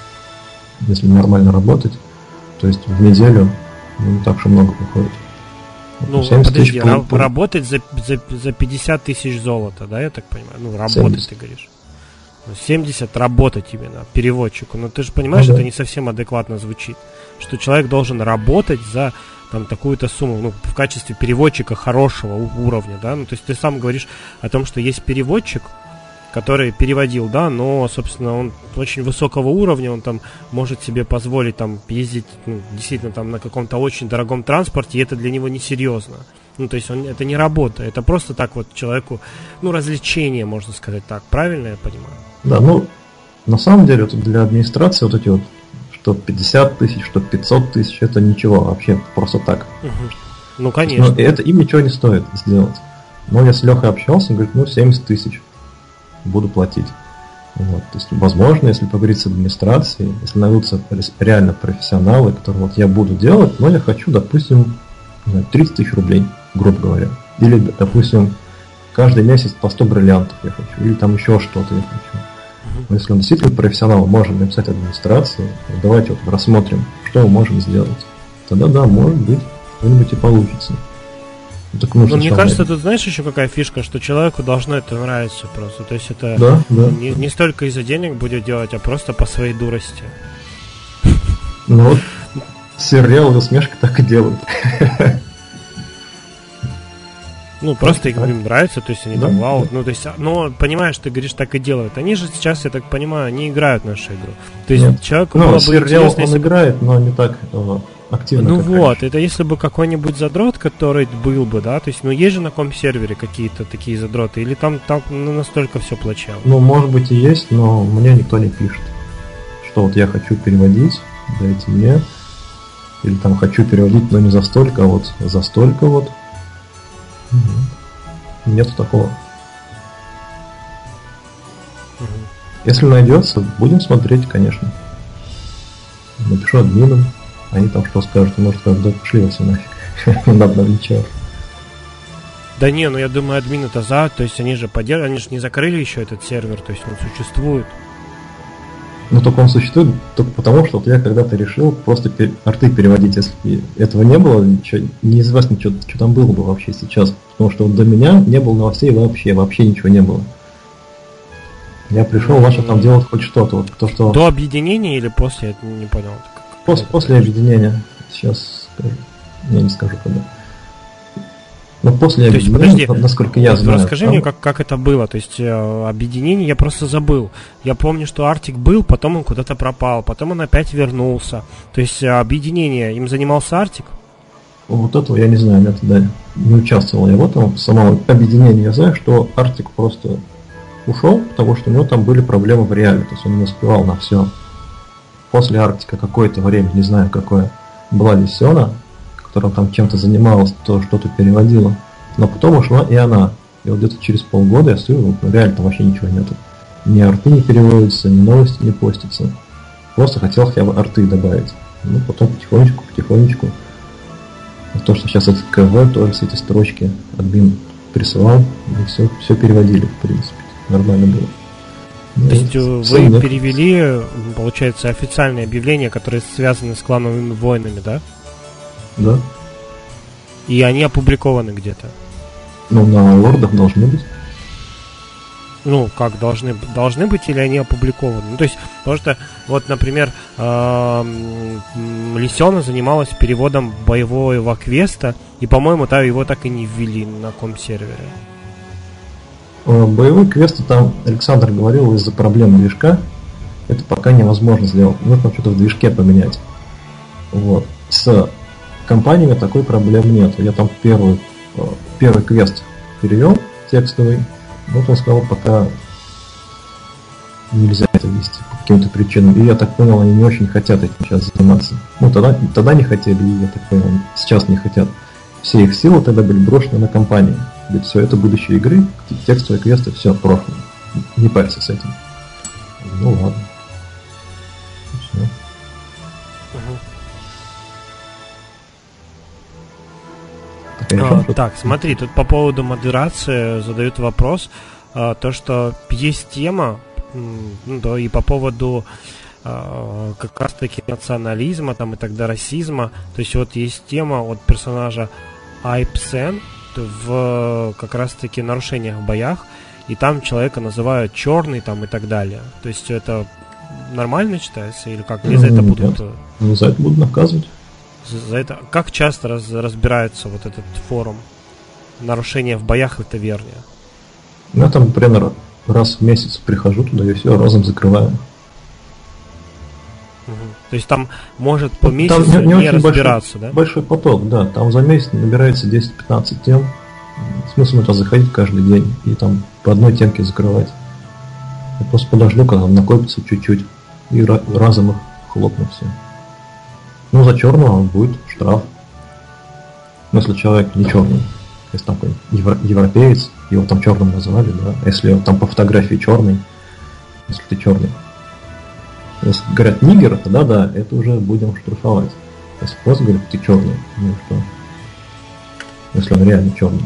Если нормально работать, то есть в неделю, ну, не так уж и много выходит. Ну, подожди, ра- по... работать за, за, за пятьдесят тысяч золота, да, я так понимаю? Ну, работать, семьдесят. Ты говоришь. семьдесят работать именно, переводчику. Но ты же понимаешь, ну, да. Это не совсем адекватно звучит. Что человек должен работать за там такую-то сумму, ну, в качестве переводчика хорошего уровня, да? Ну, то есть ты сам говоришь о том, что есть переводчик, который переводил, да, но, собственно, он очень высокого уровня, он там может себе позволить там ездить, ну, действительно, там на каком-то очень дорогом транспорте, и это для него несерьезно. Ну, то есть он, это не работа, это просто так вот человеку, ну, развлечение, можно сказать так, правильно я понимаю? Да, ну, на самом деле, вот для администрации вот эти вот, что пятьдесят тысяч, что пятьсот тысяч, это ничего, вообще просто так. Угу. Ну, конечно. Ну, это им ничего не стоит сделать. Но я с Лехой общался, он говорит, ну, семьдесят тысяч. Буду платить. Вот. То есть, возможно, если поговорить с администрацией, если найдутся реально профессионалы, которые вот я буду делать, но я хочу, допустим, тридцать тысяч рублей, грубо говоря. Или, допустим, каждый месяц по сто бриллиантов я хочу. Или там еще что-то я хочу. Но если он действительно профессионал, можем написать администрации, давайте вот рассмотрим, что мы можем сделать. Тогда да, может быть, что-нибудь и получится. Так, ну, ну мне кажется, найти. тут знаешь еще какая фишка, что человеку должно это нравиться просто. То есть это да, да. Не, не столько из-за денег будет делать, а просто по своей дурости. Ну вот, сериал и усмешка так и делают. Ну, просто им, им нравится, то есть они да, там вау. Да. Ну, то есть, ну, понимаешь, ты говоришь, так и делают. Они же сейчас, я так понимаю, они играют в нашу игру. То есть Нет. человеку ну, было бы сериал интересно, он если... играет, но не так э, активно. Ну как вот, раньше. это если бы какой-нибудь задрот, который был бы, да, то есть, ну, есть же на ком-сервере какие-то такие задроты, или там, там ну, настолько все плачево? Ну, может быть и есть, но мне никто не пишет, что вот я хочу переводить, дайте мне, или там хочу переводить, но не за столько, а вот за столько вот. Угу. Нету такого. Угу. Если найдется, будем смотреть, конечно. Напишу админам, они там что скажут, может, когда пошли все нафиг. Не надо нам ничего. Да не, ну я думаю, админ это за, то есть они же поддерживают, они же не закрыли еще этот сервер, то есть он существует. Ну только он существует только потому, что вот я когда-то решил просто пер- арты переводить, если этого не было, ничего, неизвестно, что, что там было бы вообще сейчас. Потому что вот до меня не было новостей вообще, вообще ничего не было. Я пришел, mm-hmm. начал там делать хоть что-то. Вот, то, что... До объединения или после, я не понял. Пос- после объединения. Сейчас скажу. Я не скажу когда. Но после то есть, объединения, подожди, насколько я знаю. Расскажи там... мне, как, как это было. То есть э, объединение я просто забыл. Я помню, что Артик был, потом он куда-то пропал, потом он опять вернулся. То есть э, объединение, им занимался Артик? Вот этого я не знаю, я тогда не участвовал я в этом. В самом объединении я знаю, что Артик просто ушел, потому что у него там были проблемы в реале. То есть он не успевал на все. После Арктика какое-то время, не знаю какое, была Лисена, которая там чем-то занималась, то что-то переводила. Но потом ушла и она. И вот где-то через полгода я смотрю, ну, реально там вообще ничего нету. Ни арты не переводятся, ни новости не постятся. Просто хотел хотя бы арты добавить. Ну, потом потихонечку, потихонечку. То, что сейчас этот КВ, тоже все эти строчки админ присылал, и все, все переводили, в принципе. Нормально было. То ну, есть вы ценно. Перевели, получается, официальные объявления, которые связаны с клановыми войнами, да? Да. И они опубликованы где-то? Ну, на лордах должны быть. Ну, как должны, должны быть или они опубликованы? Ну, то есть, потому что, вот, например, Лисена занималась переводом боевого квеста, и, по-моему, там его так и не ввели на ком-сервере. Боевые квесты там, Александр говорил, из-за проблем движка это пока невозможно сделать. Нужно что-то в движке поменять. Вот. С компаниями такой проблемы нет. Я там первый, первый квест перевел текстовый. Вот он сказал, пока нельзя это вести по каким-то причинам. И я так понял, они не очень хотят этим сейчас заниматься. Ну, тогда, тогда не хотели, и я так понял, сейчас не хотят. Все их силы тогда были брошены на компании. Ведь все это будущее игры, текстовые квесты, все, прошлое. Не парься с этим. Ну ладно. Все. Угу. А, так, смотри, тут по поводу модерации задают вопрос. А, то, что есть тема, ну, да, и по поводу а, как раз таки национализма там, и тогда расизма. То есть вот есть тема от персонажа Айпсен в как раз таки нарушениях в боях, и там человека называют черный там и так далее. То есть это нормально считается или как? Или за это будут? Ну, за это будут наказывать. За, за это как часто раз, разбирается вот этот форум нарушения в боях в таверне? Ну, я там, например, раз в месяц прихожу туда и все разом закрываю. То есть там может по месяцу там не, не, не разбираться, большой, да? Большой поток, да. Там за месяц набирается десять-пятнадцать тем. Смысл это заходить каждый день и там по одной темке закрывать. Я просто подожду, когда накопится чуть-чуть. И разом их хлопну все. Ну, за черного будет штраф. Ну, если человек не черный. Если там какой-нибудь евро- европеец, его там черным называли, да. Если там по фотографии черный, если ты черный. Если говорят нигер, тогда да, это уже будем штрафовать. Если просто говорят, ты черный, ну что? Если он реально черный.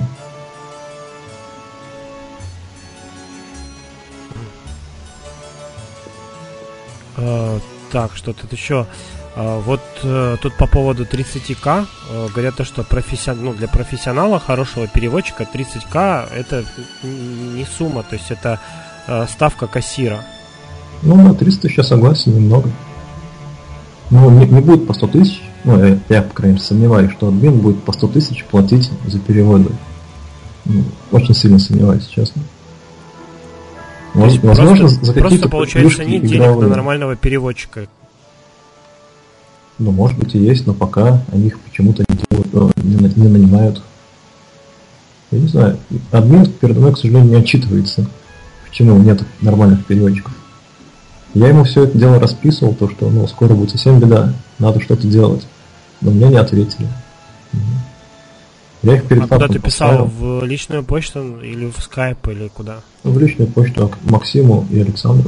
Uh, так, что тут еще? А, вот э, тут по поводу тридцать тысяч э, говорят, то, что профессион... ну, для профессионала, хорошего переводчика, тридцать тысяч это не сумма, то есть это э, ставка кассира. Ну, на триста тысяч я согласен, немного. Ну, не, не будет по сто тысяч, ну, я, я, по крайней мере, сомневаюсь, что админ будет по сто тысяч платить за переводы. Ну, очень сильно сомневаюсь, честно. Возможно, просто, за какие-то просто получается нет денег игровые. На нормального переводчика. Ну, может быть и есть, но пока они их почему-то не, делают, не, не нанимают. Я не знаю, админ передо мной, к сожалению, не отчитывается, почему нет нормальных переводчиков. Я ему все это дело расписывал, то что ну, скоро будет совсем беда, надо что-то делать. Но мне не ответили. Я их перед а куда ты писал? Поставил. В личную почту или в скайп, или куда? В личную почту к Максиму и Александру.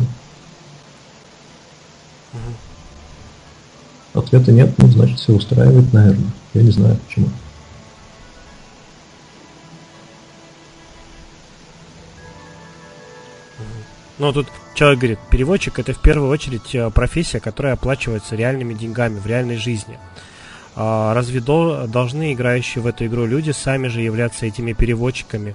Угу. Ответа нет, ну, значит, все устраивает, наверное. Я не знаю, почему. Ну, тут человек говорит, переводчик — это в первую очередь профессия, которая оплачивается реальными деньгами в реальной жизни. А разве до, должны играющие в эту игру люди сами же являться этими переводчиками?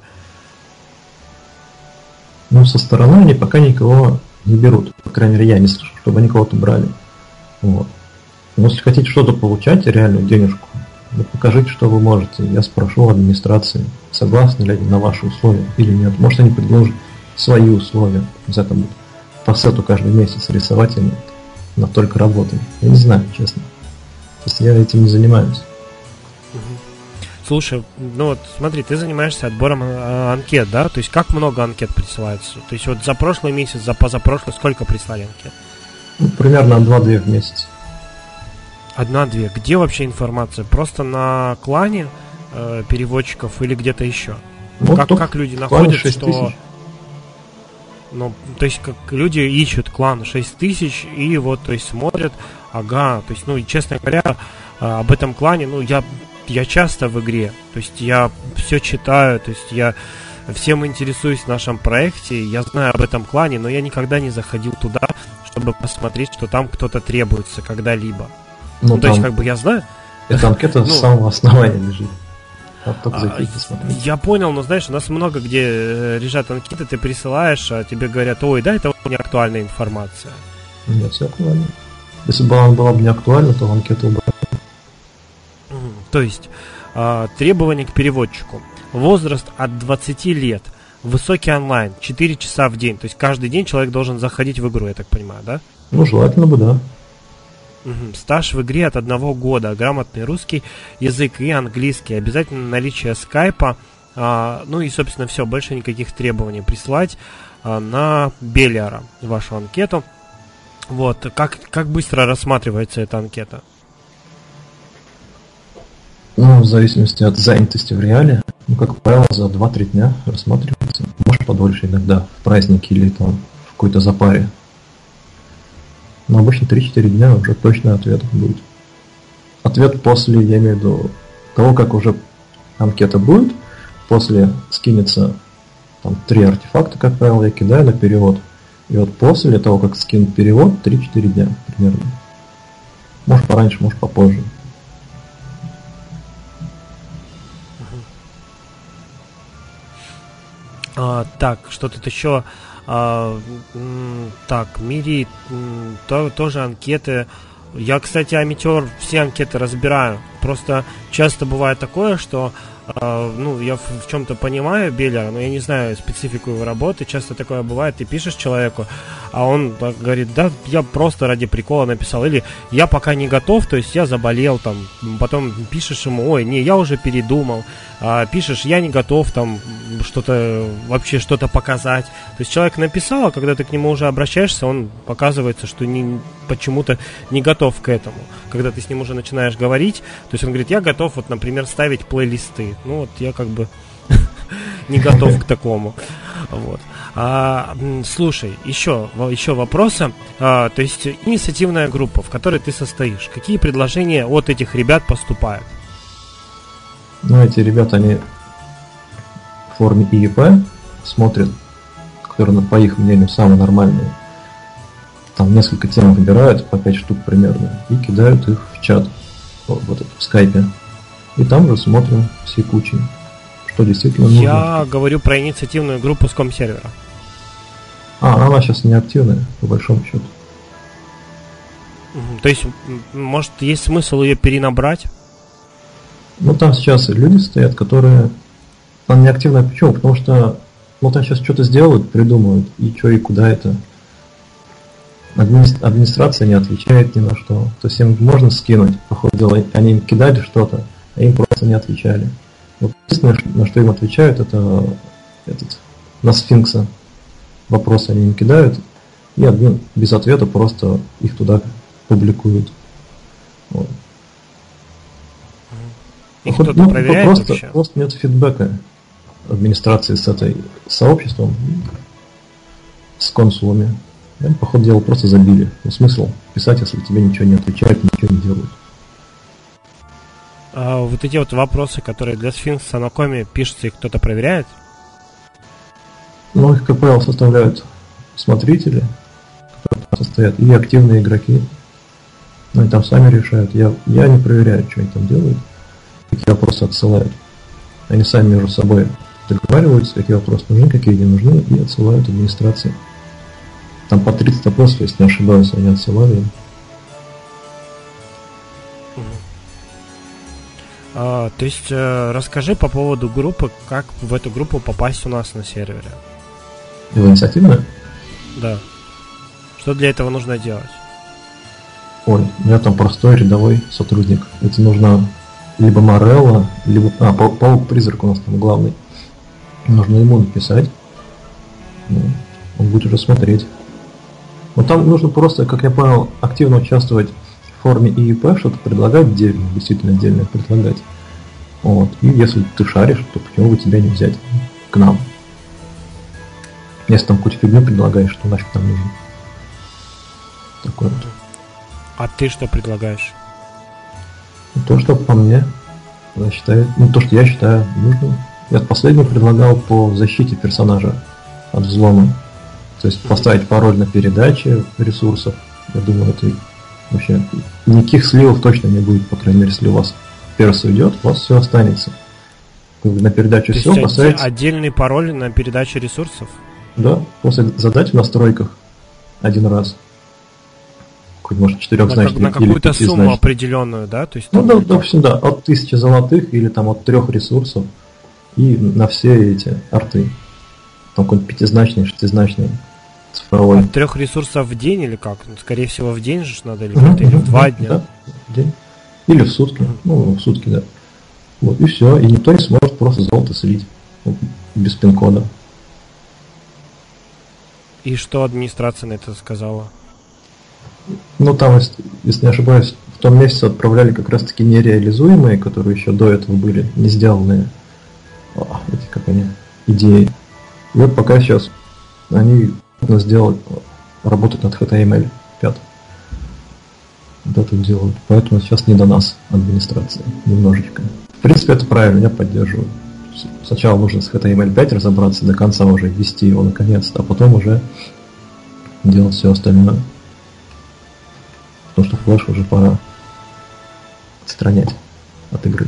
Ну, со стороны они пока никого не берут. По крайней мере, я не слышу, чтобы они кого-то брали. Вот. Но если хотите что-то получать, реальную денежку, ну, покажите, что вы можете. Я спрошу у администрации, согласны ли они на ваши условия или нет. Может, они предложат свои условия. За это будут по сету каждый месяц рисовать они на только работы. Я не знаю, честно. То есть я этим не занимаюсь. Слушай, ну вот смотри, ты занимаешься отбором э, анкет, да? То есть как много анкет присылается? То есть вот за прошлый месяц, за позапрошлый сколько прислали анкет? Ну, примерно одна-две в месяц. Одна-две. Где вообще информация? Просто на клане э, переводчиков или где-то еще? Вот как, как люди находят, что... тысяч. Ну, то есть как люди ищут клан шесть тысяч и вот, то есть смотрят, ага, то есть, ну, и, честно говоря, об этом клане, ну, я, я часто в игре, то есть я все читаю, то есть я всем интересуюсь в нашем проекте, я знаю об этом клане, но я никогда не заходил туда, чтобы посмотреть, что там кто-то требуется когда-либо. Ну, ну то есть, как бы я знаю... Эта анкета с самого основания лежит. А, я понял, но знаешь, у нас много где лежат анкеты, ты присылаешь, а тебе говорят, ой, да, это не актуальная информация. Нет, все актуально. Если бы она была бы не актуальна, то анкету убрали. То есть, а, требования к переводчику. Возраст от двадцати лет, высокий онлайн, четыре часа в день. То есть каждый день человек должен заходить в игру, я так понимаю, да? Ну, желательно бы, да. Угу. Стаж в игре от одного года, грамотный русский язык и английский, обязательно наличие скайпа, а, ну и, собственно, все, больше никаких требований. Прислать а, на Белиара вашу анкету. Вот, как, как быстро рассматривается эта анкета? Ну, в зависимости от занятости в реале, ну, как правило, за два-три дня рассматривается. Может, подольше иногда, в праздники или там в какой-то запаре. Но обычно три-четыре дня уже точный ответ будет. Ответ после, я имею в виду, того, как уже анкета будет, после скинется там три артефакта, как правило, я кидаю на перевод. И вот после того, как скинут перевод, три-четыре дня примерно. Может пораньше, может попозже. А, так, что тут еще? А, м, так, Мири, м, то, тоже анкеты. Я, кстати, о Метеор все анкеты разбираю. Просто часто бывает такое, что а, ну, я в, в чем-то понимаю Беллера, но я не знаю специфику его работы. Часто такое бывает, ты пишешь человеку, а он так, говорит, да, я просто ради прикола написал. Или я пока не готов, то есть я заболел там. Потом пишешь ему, ой, не, я уже передумал. А, пишешь, я не готов там что-то, вообще что-то показать. То есть человек написал, а когда ты к нему уже обращаешься, он показывается, что не, почему-то не готов к этому. Когда ты с ним уже начинаешь говорить, то есть он говорит, я готов, вот, например, ставить плейлисты. Ну вот я как бы не готов к такому. Вот. А, слушай, еще, еще вопросы. А, то есть инициативная группа, в которой ты состоишь, какие предложения от этих ребят поступают? Ну, эти ребята, они в форме ИИП смотрят, которые, по их мнению, самые нормальные. там несколько тем выбирают, по пять штук примерно, и кидают их в чат, вот этот, в скайпе. И там же смотрим все кучи, что действительно нужно. Я говорю про инициативную группу с ком-сервера. А, она сейчас не активная, по большому счету. То есть, может, есть смысл ее перенабрать? Ну, там сейчас люди стоят, которые... Она не активная. Почему? Потому что ну, там сейчас что-то сделают, придумают, и что, и куда это. Админи... Администрация не отвечает ни на что. То есть им можно скинуть, по ходу дела. Они им кидали что-то, а им просто не отвечали. Вот единственное, на что им отвечают, это этот, на сфинкса. Вопросы они им кидают, и админ без ответа просто их туда публикуют. Вот. Их Хоть, кто-то ну, проверяет просто, вообще? просто нет фидбэка администрации с этой сообществом, с консулами. Да, по ходу дела просто забили. Ну, смысл писать, если тебе ничего не отвечают, ничего не делают. А вот эти вот вопросы, которые для сфинкса на коме пишутся, их кто-то проверяет? Ну, их, как правило, составляют смотрители, которые там состоят, и активные игроки. Ну, и там сами решают. Я, я не проверяю, что они там делают, какие вопросы отсылают. Они сами между собой договариваются, какие вопросы нужны, какие не нужны, и отсылают администрации. Там по тридцать вопросов, если не ошибаюсь, они отсылали. А, то есть, э, расскажи по поводу группы, как в эту группу попасть у нас на сервере. Его инициативная? Да. Что для этого нужно делать? Ой, я там простой рядовой сотрудник. Это нужно либо Морелло, либо... А, Паук-призрак у нас там главный. Нужно ему написать. Ну, он будет уже смотреть. Но там нужно просто, как я понял, активно участвовать в форме и и пи, что-то предлагать отдельно, действительно отдельно предлагать. Вот. И если ты шаришь, то почему бы тебя не взять к нам? Если там какую-то фигню предлагаешь, что нафиг там нужно. Такое вот. А ты что предлагаешь? То, что по мне, я считаю, ну, то, что я считаю нужным. Я последний предлагал по защите персонажа от взлома. То есть поставить пароль на передаче ресурсов. Я думаю, это вообще никаких сливов точно не будет, по крайней мере, если у вас перс уйдет, у вас все останется. На передачу все поставить. Отдельный пароль на передачу ресурсов? Да, после задать в настройках один раз. Хоть, может, четырехзначный на, как, на какую-то сумму определенную, да? То есть, ну, да, допустим, да, от тысячи золотых или там от трех ресурсов и на все эти арты. Там какой-нибудь пятизначный, шестизначный, цифровой. От трех ресурсов в день или как? Ну, скорее всего, в день же надо, или, uh-huh, или в два uh-huh, дня? Да, в день. Или в сутки. Uh-huh. Ну, в сутки, да. Вот, и все. И никто не сможет просто золото слить. Вот, без пин-кода. И что администрация на это сказала? Ну, там, если, если не ошибаюсь, в том месяце отправляли как раз-таки нереализуемые, которые еще до этого были не сделанные. О, эти, как они, идеи. И вот пока сейчас они сделали, работают над эйч ти эм эль пять. Вот это делают. Поэтому сейчас не до нас, администрации, немножечко. В принципе, это правильно, я поддерживаю. Сначала нужно с эйч ти эм эль пять разобраться, до конца уже ввести его наконец-то, а потом уже делать все остальное. Потому что флеш уже пора отстранять от игры.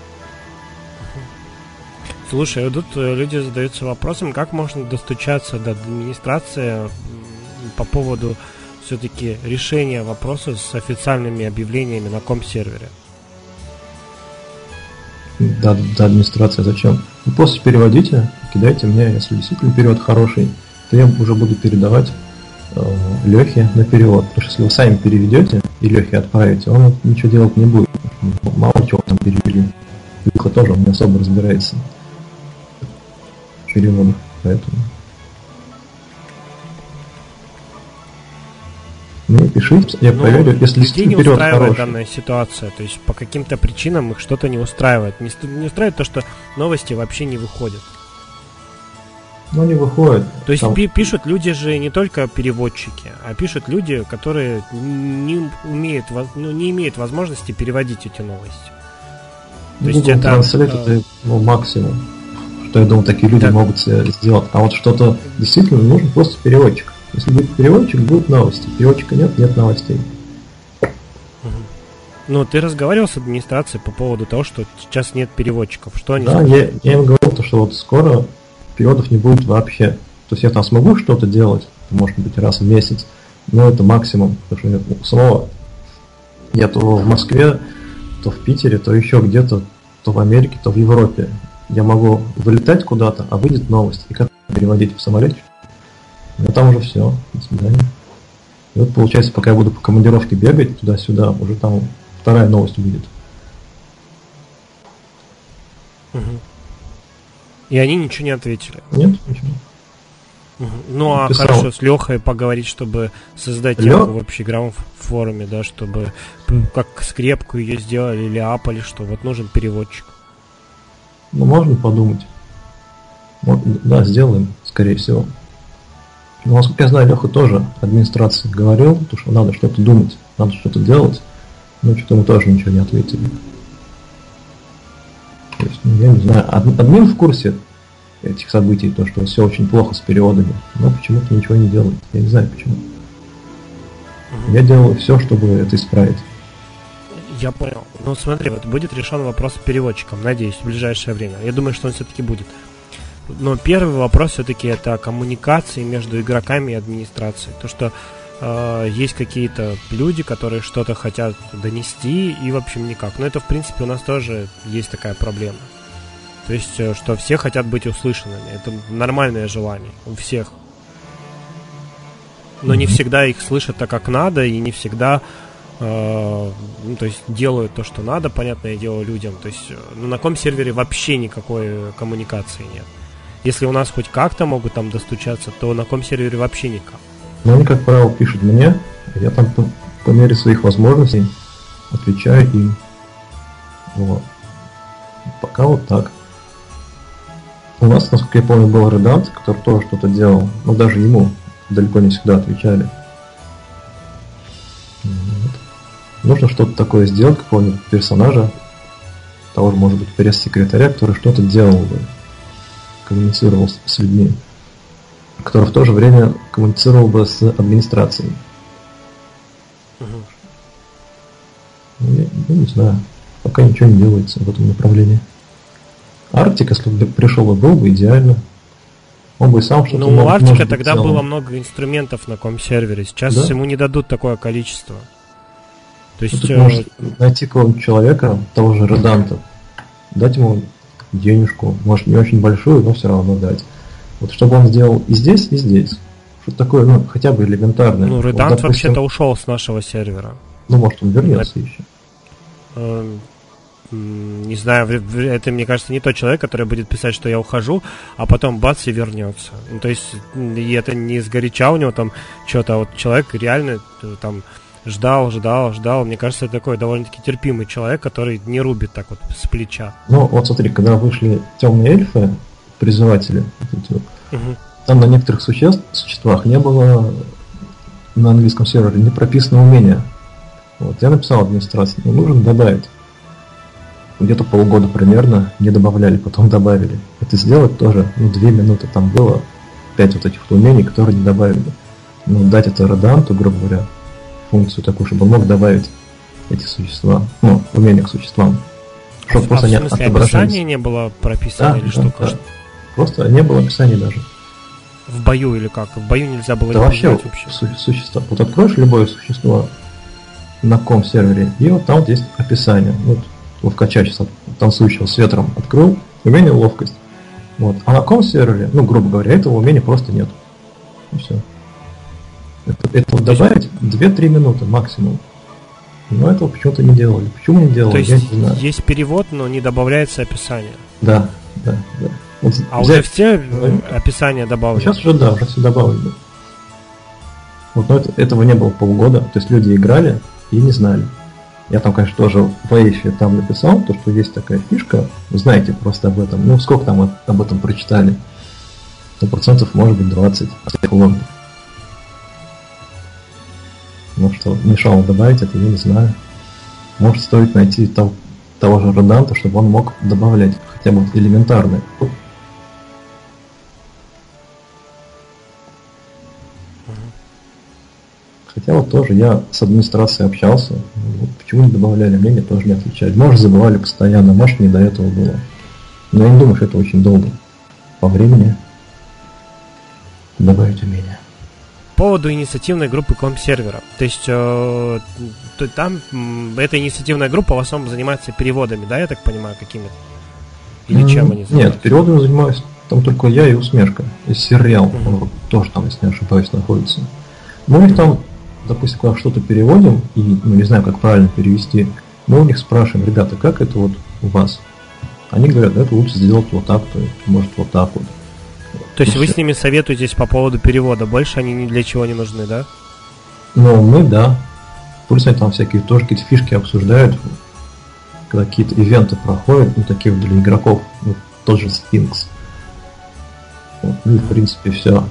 Слушай, тут люди задаются вопросом, как можно достучаться до администрации по поводу все-таки решения вопроса с официальными объявлениями на ком-сервере. Да, до администрации зачем? Вы просто переводите, кидайте мне, если действительно перевод хороший, то я уже буду передавать э, Лехе на перевод. Потому что если вы сами переведете и Лехе отправите, он ничего делать не будет. Мало чего там перевели. Леха тоже он не особо разбирается в переводах, поэтому... Ну, пишите, я Но проверю, если людей не перевод устраивает хороший. данная ситуация, то есть по каким-то причинам их что-то не устраивает. Не, не устраивает то, что новости вообще не выходят. Ну, не выходит. То есть там... пи- пишут люди же не только переводчики, а пишут люди, которые не умеют, ну, не имеют возможности переводить эти новости. То Google есть это, Translate э... это ну, максимум, что я думаю, такие люди да. могут сделать. А вот что-то действительно нужен просто переводчик. Если будет переводчик, будут новости. Переводчика нет, нет новостей. Ну, ты разговаривал с администрацией по поводу того, что сейчас нет переводчиков. Что они Да, сказали? я, я им говорил, то, что вот скоро переводов не будет вообще. То есть я там смогу что-то делать, может быть, раз в месяц, но это максимум. Потому что у самого я то в Москве, то в Питере, то еще где-то, то в Америке, то в Европе. Я могу вылетать куда-то, а выйдет новость. И как переводить в самолете? Ну там уже все. До свидания. И вот получается, пока я буду по командировке бегать туда-сюда, уже там вторая новость будет. Угу. И они ничего не ответили? Нет, ничего. Угу. Ну, а Писал. хорошо, с Лехой поговорить, чтобы создать Лё... тему в общеигровом форуме, да, чтобы как скрепку ее сделали или апали, что вот нужен переводчик. Ну, можно подумать. Да, сделаем, скорее всего. Но, насколько я знаю, Леха тоже администрации говорил, что надо что-то думать, надо что-то делать, но что-то ему тоже ничего не ответили. То есть, ну, я не знаю, админ в курсе этих событий, то, что все очень плохо с переводами, но почему-то ничего не делает. Я не знаю почему. Я делаю все, чтобы это исправить. Я понял. Ну смотри, вот будет решен вопрос с переводчиком, надеюсь, в ближайшее время. Я думаю, что он все-таки будет. Но первый вопрос все-таки это коммуникации между игроками и администрацией. То, что э, есть какие-то люди, которые что-то хотят донести, и в общем никак. Но это в принципе у нас тоже есть такая проблема. То есть, что все хотят быть услышанными. Это нормальное желание у всех. Но mm-hmm. не всегда их слышат так, как надо, и не всегда э, ну, то есть делают то, что надо, понятное дело, людям. То есть ну, на ком-сервере вообще никакой коммуникации нет. Если у нас хоть как-то могут там достучаться, то на ком-сервере вообще никак. Ну, они, как правило, пишут мне, я там по, по мере своих возможностей отвечаю им. Вот. Пока вот так. У нас, насколько я помню, был Реддант, который тоже что-то делал, но даже ему далеко не всегда отвечали. Вот. Нужно что-то такое сделать, какого-нибудь персонажа, того же, может быть, пресс-секретаря, который что-то делал бы, коммуницировал с, с людьми, который в то же время коммуницировал бы с администрацией. Угу. Я, я не знаю, пока ничего не делается в этом направлении. Арктик, если бы пришел бы, был бы идеально. Он бы и сам что-то Ну, у Арктика делал. тогда было много инструментов на ком-сервере. Сейчас да? ему не дадут такое количество. То есть... Ну, может найти какого-нибудь человека, того же Реданта, дать ему денежку, может не очень большую, но все равно дать. Вот чтобы он сделал и здесь, и здесь. Что-то такое, ну, хотя бы элементарное. Ну, Редант вот, допустим, вообще-то ушел с нашего сервера. Ну, может, он вернется это... еще. Э, не знаю, это, мне кажется, не тот человек, который будет писать, что я ухожу, а потом бац и вернется. Ну, то есть, и это не сгоряча у него там что-то, а вот человек реально там ждал, ждал, ждал. Мне кажется, это такой довольно-таки терпимый человек, который не рубит так вот с плеча. Ну, вот смотри, когда вышли темные эльфы, призыватели, угу. там на некоторых существ, существах не было на английском сервере не прописано умение. Вот, я написал администрации, ну, нужно добавить. Где-то полгода примерно не добавляли, потом добавили. Это сделать тоже, ну, две минуты там было, пять вот этих вот умений, которые не добавили. Ну, дать это Реданту, грубо говоря, функцию такую, чтобы он мог добавить эти существа, ну, умения к существам. Чтобы а просто в не смысле, отображались. описание не было прописано, да, или да, что? Да. Просто не было описания даже. В бою или как? В бою нельзя было да вообще, вообще. Су- существо. Вот откроешь любое существо на ком-сервере, и вот там вот есть описание. Вот ловкача сейчас танцующего с ветром открыл, умение ловкость. Вот. А на ком-сервере, ну, грубо говоря, этого умения просто нет. И все. Это, это вот добавить две-три минуты максимум. Но этого почему-то не делали. Почему не делали, То есть я не знаю. Есть перевод, но не добавляется описание. Да, да, да. Вот а взять... уже все описания добавлены? Сейчас уже, да, уже все добавлено. Вот, но это, этого не было полгода. То есть люди играли и не знали. Я там, конечно, тоже в Эйфе там написал, то, что есть такая фишка. Вы знаете просто об этом. Ну, сколько там об этом прочитали? сто процентов, может быть, двадцать. Ну что, мешало добавить это, я не знаю. Может, стоит найти того, того же Реданта, чтобы он мог добавлять хотя бы элементарное. Хотя вот тоже я с администрацией общался, вот почему не добавляли, мнение тоже не отвечают. Может, забывали постоянно, может, не до этого было. Но я не думаю, что это очень долго по времени добавить умения. По поводу инициативной группы комп-сервера. То есть э, то, там м, эта инициативная группа в основном занимается переводами, да, я так понимаю, какими-то? Или чем они занимаются? Нет, переводами занимаюсь там только я и Усмешка. И сериал, mm-hmm. он тоже там, если не ошибаюсь, находится. Мы у них там, допустим, когда что-то переводим, и ну, не знаю, как правильно перевести, мы у них спрашиваем: ребята, как это вот у вас? Они говорят: это лучше сделать вот так, то есть, может, вот так вот. То есть вы с ними советуетесь по поводу перевода, больше они ни для чего не нужны, да? Ну, мы, да. Пусть они там всякие тоже какие-то фишки обсуждают, когда какие-то ивенты проходят, ну, такие для игроков, ну, тот же Sphinx. Вот, ну, и, в принципе, все.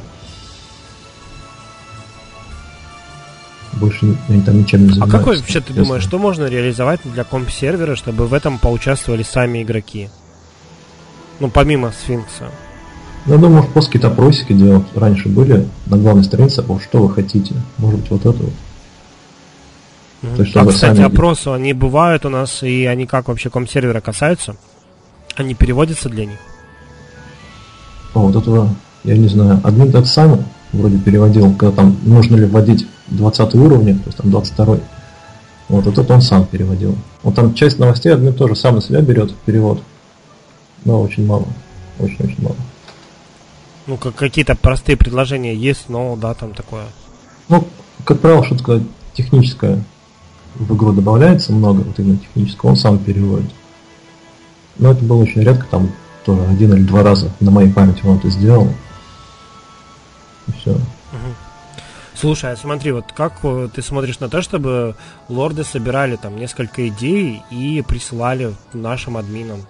Больше они там ничем не занимаются. А как вообще ты думаешь, что можно реализовать для комп-сервера, чтобы в этом поучаствовали сами игроки? Ну, помимо Сфинкса. Ну, я думаю, может, просто какие-то опросики делать. Раньше были на главной странице, вот что вы хотите. Может быть, вот это вот. Mm-hmm. То есть, а, кстати, сами... опросы, они бывают у нас, и они как вообще комп-сервера касаются? Они переводятся для них? О, вот этого, я не знаю. Админ этот самый вроде переводил, когда там нужно ли вводить двадцатый уровень, то есть там двадцать второй. Вот этот он сам переводил. Вот там часть новостей админ тоже сам на себя берет перевод. Но очень мало. Очень-очень мало. Ну, как какие-то простые предложения есть, но да, там такое. Ну, как правило, что-то техническое в игру добавляется много, вот именно технического, он сам переводит. Но это было очень редко, там тоже один или два раза на моей памяти он это сделал. И все. Угу. Слушай, а смотри, вот как ты смотришь на то, чтобы лорды собирали там несколько идей и присылали нашим админам?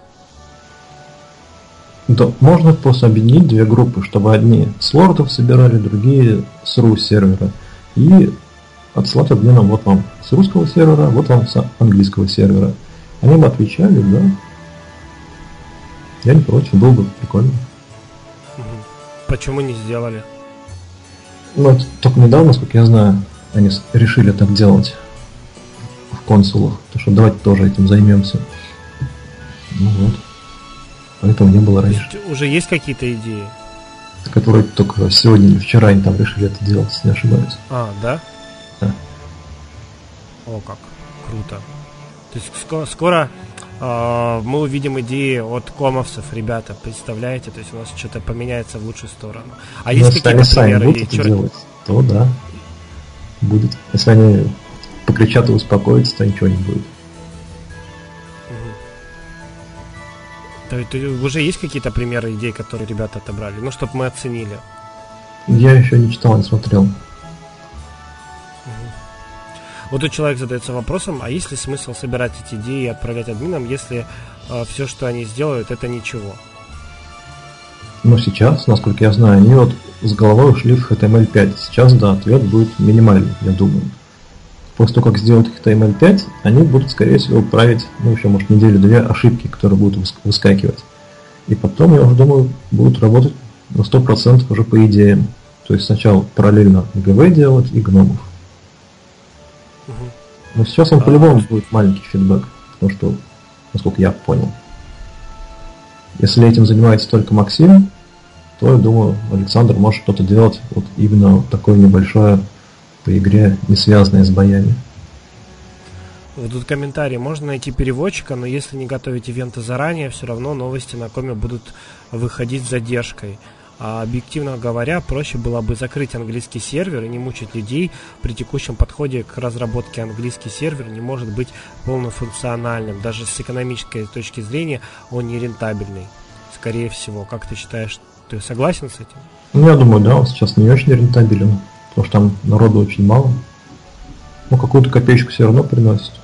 Да, можно просто объединить две группы, чтобы одни с лордов собирали, другие с ру сервера. И отсылать админам: вот вам с русского сервера, вот вам с английского сервера. Они бы отвечали, да. Я не против, было бы прикольно. Почему не сделали? Ну, это только недавно, насколько я знаю, они решили так делать в консулах. То что давайте тоже этим займемся. Ну вот. Поэтому не было раньше. То есть уже есть какие-то идеи? Которые только сегодня или вчера они там решили это делать, если не ошибаюсь. А, да? Да. О, как круто. То есть скоро, скоро э, мы увидим идеи от комовцев, ребята, представляете? То есть у нас что-то поменяется в лучшую сторону. А есть какие-то примеры? Будут это чер... делать, то да, будет. Если они покричат и успокоятся, то ничего не будет. То, то уже есть какие-то примеры идей, которые ребята отобрали? Ну, чтобы мы оценили. Я еще не читал, не смотрел. Угу. Вот тут человек задается вопросом: а есть ли смысл собирать эти идеи и отправлять админам, если э, все, что они сделают, это ничего? Ну, сейчас, насколько я знаю, они вот с головой ушли в эйч ти эм эль пять. Сейчас, да, ответ будет минимальный, я думаю. После того, как сделают эйч ти эм эль пять, они будут, скорее всего, править, ну, еще, может, неделю-две ошибки, которые будут выскакивать. И потом, я уже думаю, будут работать на сто процентов уже по идеям. То есть сначала параллельно джи ви делать и гномов. Угу. Но сейчас он а, по-любому а... будет маленький фидбэк, потому что, насколько я понял. Если этим занимается только Максим, то, я думаю, Александр может что-то делать вот именно вот такое небольшое по игре, не связанное с боями. Вот тут комментарий: можно найти переводчика, но если не готовить ивенты заранее, все равно новости на коме будут выходить с задержкой. А объективно говоря, проще было бы закрыть английский сервер и не мучить людей. При текущем подходе к разработке английский сервер не может быть полнофункциональным. Даже с экономической точки зрения он не рентабельный. Скорее всего. Как ты считаешь, ты согласен с этим? Ну, я думаю, да, он сейчас не очень рентабелен, потому что там народу очень мало. Ну, какую-то копеечку все равно приносит.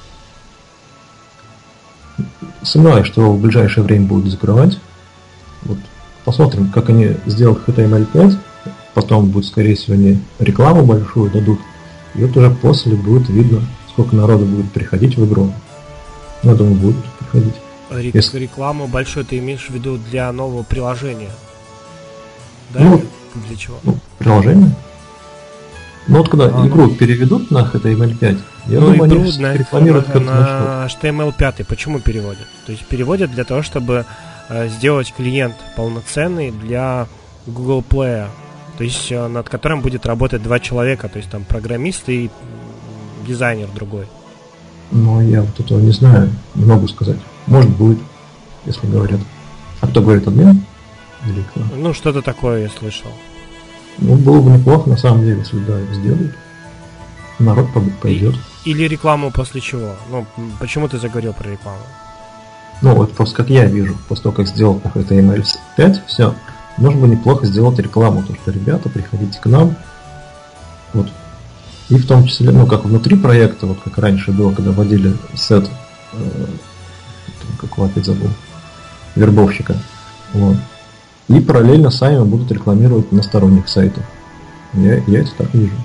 Сомневаюсь, что его в ближайшее время будут закрывать. Вот. Посмотрим, как они сделают эйч ти эм эль пять. Потом будет, скорее всего, они рекламу большую дадут. И вот уже после будет видно, сколько народу будет приходить в игру. Я думаю, будут приходить. Рек- Если... Рекламу большую ты имеешь в виду для нового приложения? Да? Ну, для чего? Ну, приложение. Ну вот когда а, игру переведут на эйч ти эм эль пять, я ну, думаю, игру они на, рекламируют на, как-то на эйч ти эм эль пять. Почему переводят? То есть переводят для того, чтобы э, сделать клиент полноценный для Google Play, то есть э, над которым будет работать два человека, то есть там программист и дизайнер другой. Ну, я вот этого не знаю, не могу сказать. Может, будет, если говорят. А кто говорит, админ? Или кто? Ну, что-то такое я слышал. Ну, было бы неплохо, на самом деле, если да, сделают. Народ пойдет. И, или рекламу после чего? Ну, почему ты заговорил про рекламу? Ну, вот просто как я вижу, после того, как сделать на эйч ти эм эль пять, все, можно бы неплохо сделать рекламу, то что, ребята, приходите к нам. Вот. И в том числе, ну, как внутри проекта, вот как раньше было, когда вводили сет, э, какого опять забыл, вербовщика. Вот. И параллельно сами будут рекламировать на сторонних сайтах. Я, я это так вижу.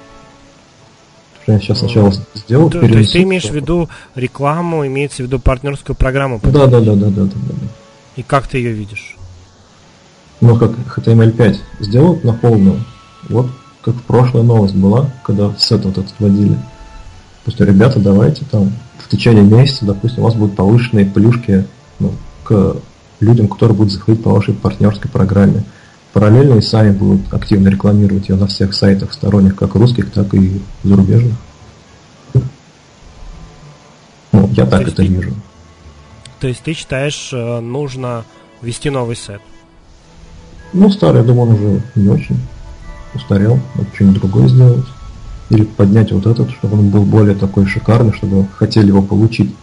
Я сейчас сначала сделал, то, то есть ты имеешь в виду рекламу, имеется в виду партнерскую программу? Да, да, да, да, да, да, да. И как ты ее видишь? Ну, как эйч ти эм эль пять сделают на полную, вот как прошлая новость была, когда сет вот этот вводили. Просто, ребята, давайте там в течение месяца, допустим, у вас будут повышенные плюшки, ну, к людям, которые будут заходить по вашей партнерской программе. Параллельно и сами будут активно рекламировать ее на всех сайтах сторонних, как русских, так и зарубежных. Ну, я так это ты, вижу. То есть ты считаешь, нужно ввести новый сет? Ну, старый, я думаю, он уже не очень устарел. Надо что-нибудь другое сделать. Или поднять вот этот, чтобы он был более такой шикарный, чтобы хотели его получить.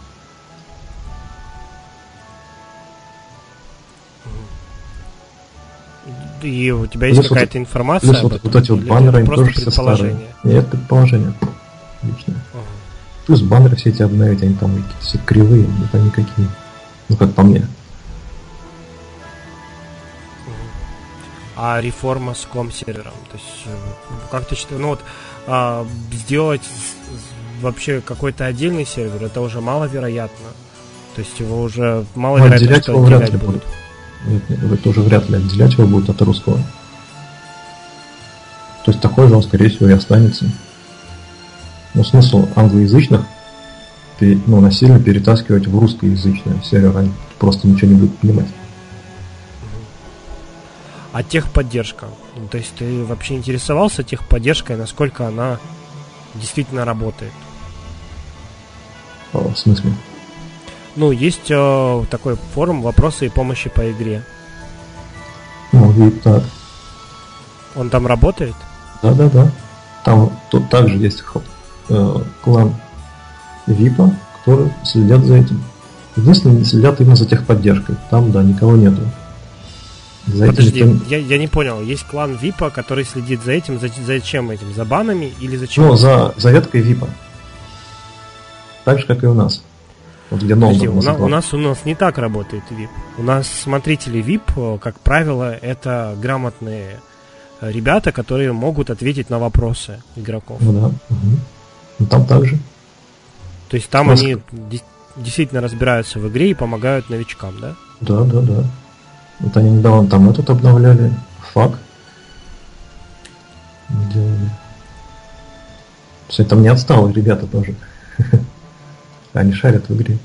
И у тебя есть плюс какая-то вот, информация плюс об вот, этом? вот эти вот баннеры, они тоже все старые. Нет, предположение. Лично. Ага. Плюс баннеры все эти обновить, они там какие-то все кривые, не там никакие. Ну, как по мне. А реформа с ком-сервером? То есть, как ты считаешь, ну вот, а, сделать вообще какой-то отдельный сервер, это уже маловероятно. То есть его уже маловероятно, отделять что его отделять вряд ли будут. Нет, нет, это уже вряд ли отделять его будет от русского. То есть такой же он, скорее всего, и останется. Но смысл англоязычных ну, насильно перетаскивать в русскоязычный сервер, они просто ничего не будут понимать. А техподдержка? Ну, то есть ты вообще интересовался техподдержкой, насколько она действительно работает? В смысле? Ну, есть э, такой форум «Вопросы и помощи по игре». Ну, вип, так. Он там работает? Да-да-да. Там тут также есть э, клан випа, которые следят за этим. Единственное, не следят именно за техподдержкой. Там, да, никого нету. За Подожди, этим... я, я не понял. Есть клан випа, который следит за этим. За, за чем этим? За банами или за чем? Ну, за, за веткой випа. Так же, как и у нас. Вот где Подожди, у, на, у, нас, у нас не так работает вип. У нас смотрители вип, как правило, это грамотные ребята, которые могут ответить на вопросы игроков. Ну да. Угу. Ну, там так же. То есть там они действительно разбираются в игре и помогают новичкам, да? Да, да, да. Вот они недавно там этот обновляли, фак делали. Все, там не отсталые ребята тоже. Они шарят в игре.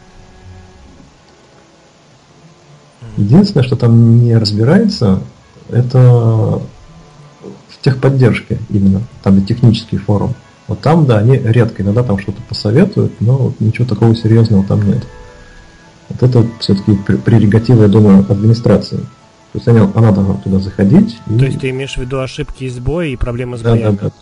Единственное, что там не разбирается, это в техподдержке именно. Там где технический форум. Вот там, да, они редко иногда там что-то посоветуют, но вот ничего такого серьезного там нет. Вот это все-таки прерогатива, я думаю, администрации. То есть она, она должна туда заходить. И... То есть ты имеешь в виду ошибки и сбои и проблемы с да, боями? Да, да.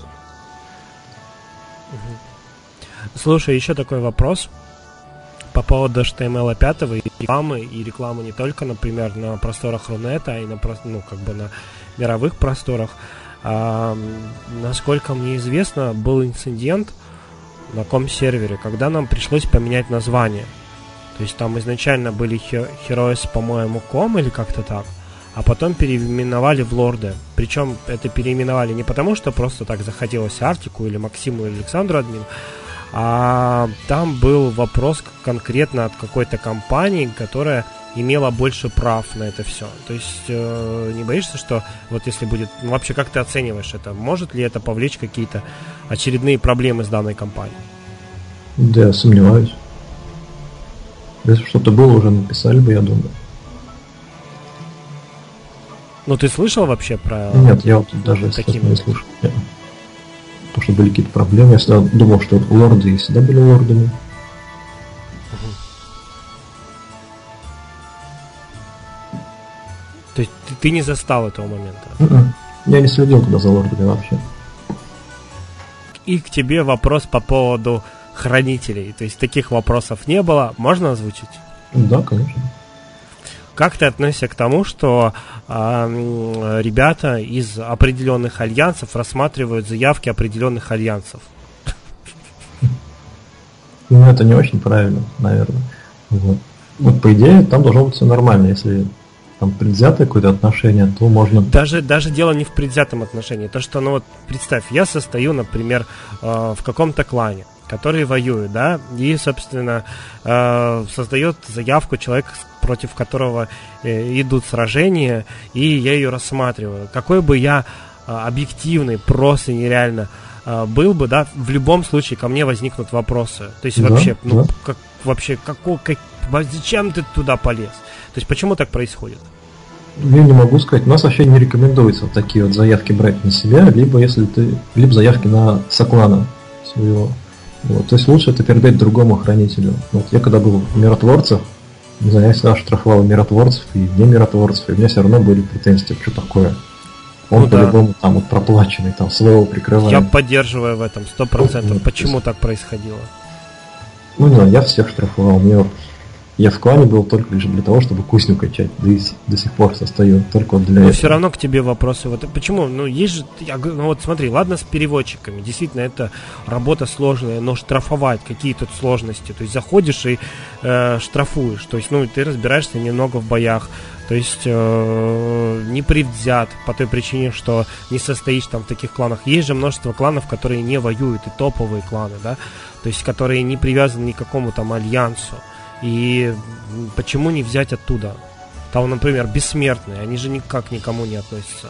Угу. Слушай, еще такой вопрос по поводу эйч ти эм эл пять и рекламы, и рекламы не только, например, на просторах Рунета, а и на, ну, как бы на мировых просторах. А, насколько мне известно, был инцидент на ком-сервере, когда нам пришлось поменять название. То есть там изначально были Heroes, по-моему, ком или как-то так, а потом переименовали в Лорды. Причем это переименовали не потому, что просто так захотелось Артику или Максиму или Александру админу, а там был вопрос конкретно от какой-то компании, которая имела больше прав на это все. То есть э, не боишься, что вот если будет... Ну, вообще, как ты оцениваешь это? Может ли это повлечь какие-то очередные проблемы с данной компанией? Да, я сомневаюсь. Если что-то было, уже написали бы, я думаю. Ну, ты слышал вообще про... Нет, я вот даже такие не слышал. Нет. Потому что были какие-то проблемы. Я всегда думал, что лорды и всегда были лордами. Угу. То есть ты, ты не застал этого момента? Mm-mm. Я не следил туда за лордами вообще. И к тебе вопрос по поводу хранителей. То есть таких вопросов не было. Можно озвучить? Да, конечно. Как ты относишься к тому, что э, ребята из определенных альянсов рассматривают заявки определенных альянсов? Ну, это не очень правильно, наверное. Вот. Вот, по идее, там должно быть все нормально. Если там предвзятое какое-то отношение, то можно... Даже, даже дело не в предвзятом отношении. То, что, ну вот, представь, я состою, например, э, в каком-то клане, который воюет, да, и, собственно, э, создает заявку человек, против которого э, идут сражения, и я ее рассматриваю. Какой бы я э, объективный, просто нереально э, был бы, да, в любом случае ко мне возникнут вопросы. То есть, да, вообще, ну, да. как, вообще, какой, как, зачем ты туда полез? То есть, почему так происходит? Я не могу сказать. У нас вообще не рекомендуется вот такие вот заявки брать на себя, либо если ты, либо заявки на соклана своего. Вот. То есть лучше это передать другому хранителю. Вот я когда был в миротворцах, не знаю, я всегда штрафовал миротворцев и не миротворцев, и у меня все равно были претензии, что такое. Он ну, по-любому да. там вот проплаченный, там своего прикрывает. Я поддерживаю в этом сто процентов. Вот, почему есть... так происходило? Ну не знаю, я всех штрафовал. Мне Я в клане был только лишь для того, чтобы кусню качать, да и до сих пор состою только вот для Но этого. все равно к тебе вопросы. Вот почему? Ну, есть же, я, ну вот смотри, ладно с переводчиками, действительно, это работа сложная, но штрафовать какие тут сложности. То есть заходишь и э, штрафуешь. То есть, ну, ты разбираешься немного в боях. То есть э, не предвзят по той причине, что не состоишь там в таких кланах. Есть же множество кланов, которые не воюют, и топовые кланы, да, то есть которые не привязаны ни к какому там альянсу. И почему не взять оттуда? Там, например, бессмертные, они же никак никому не относятся.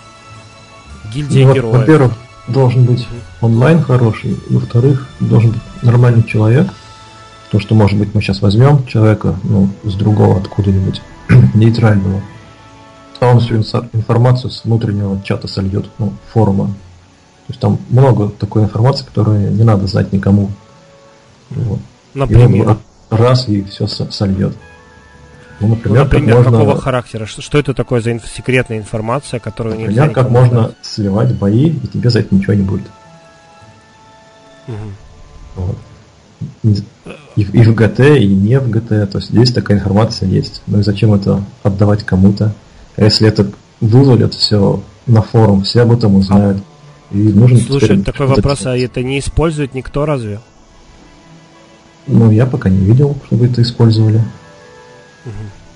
Гильдия ну, героев. Во-первых, должен быть онлайн хороший, во-вторых, должен быть нормальный человек. То, что, может быть, мы сейчас возьмем человека, ну, с другого откуда-нибудь, нейтрального, а он всю информацию с внутреннего чата сольет, ну, форума. То есть там много такой информации, которую не надо знать никому. Вот. Например? Раз и все сольет. Ну, например, ну, например как какого можно... характера? Что, что это такое за инф... секретная информация, которую например, нельзя как можно знать? Сливать бои, и тебе за это ничего не будет. Угу. Вот. И, и в ГТ, и не в ГТ. То есть здесь такая информация есть. Ну и зачем это отдавать кому-то? А если это вывалят все на форум, все об этом узнают. И нужно Слушай, такой вопрос, писать. А это не использует никто разве? Ну, я пока не видел, чтобы это использовали. Угу.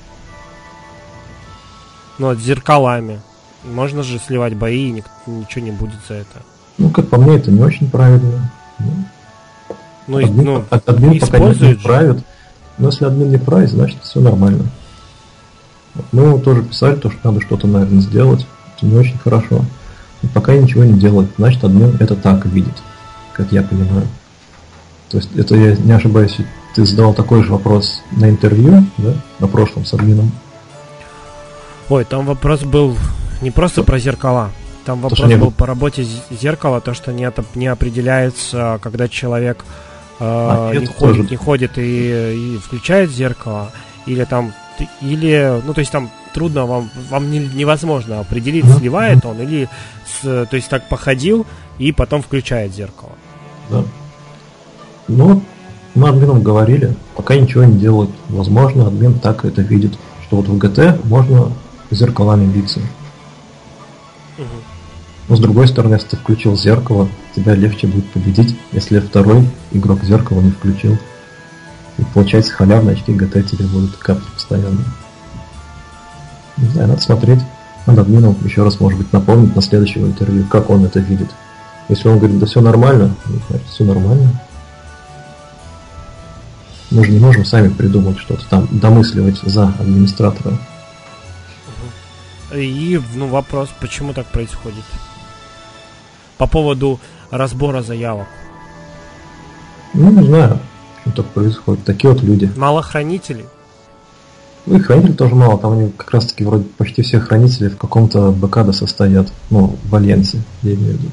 Ну, вот зеркалами. Можно же сливать бои, и никто, ничего не будет за это. Ну, как по мне, это не очень правильно. Ну, админ, ну, админ пока не, не же. правит. Но если админ не правит, значит все нормально. Мы тоже писали, то, что надо что-то, наверное, сделать. Это не очень хорошо. Но пока ничего не делает, значит админ это так видит, как я понимаю. То есть это, я не ошибаюсь, ты задавал такой же вопрос на интервью, да, на прошлом с админом? Ой, там вопрос был не просто про зеркала. Там вопрос то, был не... по работе зеркала, то, что не, не определяется, когда человек э, а, не, ходит, не ходит и, и включает зеркало, или там, или, ну, то есть там трудно, вам, вам не, невозможно определить, mm-hmm. сливает он, или, с, то есть так походил и потом включает зеркало. Да. Ну, мы админом говорили, пока ничего не делают. Возможно, админ так это видит, что вот в ГТ можно зеркалами биться. Угу. Но с другой стороны, если ты включил зеркало, тебя легче будет победить, если второй игрок зеркало не включил. И получается, халявные очки ГТ тебе будут капать постоянно. Не знаю, надо смотреть. Надо админу еще раз, может быть, напомнить на следующем интервью, как он это видит. Если он говорит, да все нормально, ну, значит, все нормально. Мы же не можем сами придумать что-то там, домысливать за администратора. И, ну, вопрос, почему так происходит? По поводу разбора заявок. Ну, не знаю, почему так происходит. Такие вот люди. Мало хранителей? Ну, и хранителей тоже мало. Там они как раз-таки вроде почти все хранители в каком-то БКД состоят. Ну, в Альянсе, я имею в виду.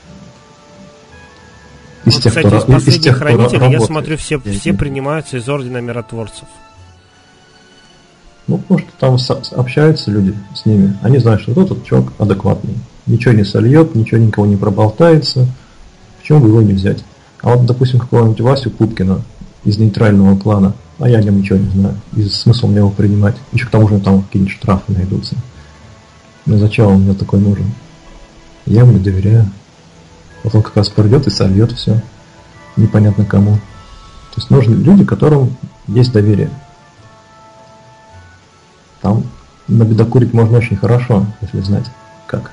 Из вот, тех, кстати, кто, из последних из тех, хранителей, я смотрю, все, все принимаются из Ордена Миротворцев. Ну, потому что там с- общаются люди с ними. Они знают, что вот этот чувак адекватный. Ничего не сольет, ничего никого не проболтается. Почему бы его не взять? А вот, допустим, какого-нибудь Васю Пупкина из нейтрального клана, а я о нем ничего не знаю. И смысл мне его принимать. Еще к тому же там какие-нибудь штрафы найдутся. Ну зачем он мне такой нужен? Я ему не доверяю. Вот он как раз придет и сольет все. Непонятно кому. То есть нужны люди, которым есть доверие. Там набедокурить можно очень хорошо, если знать как.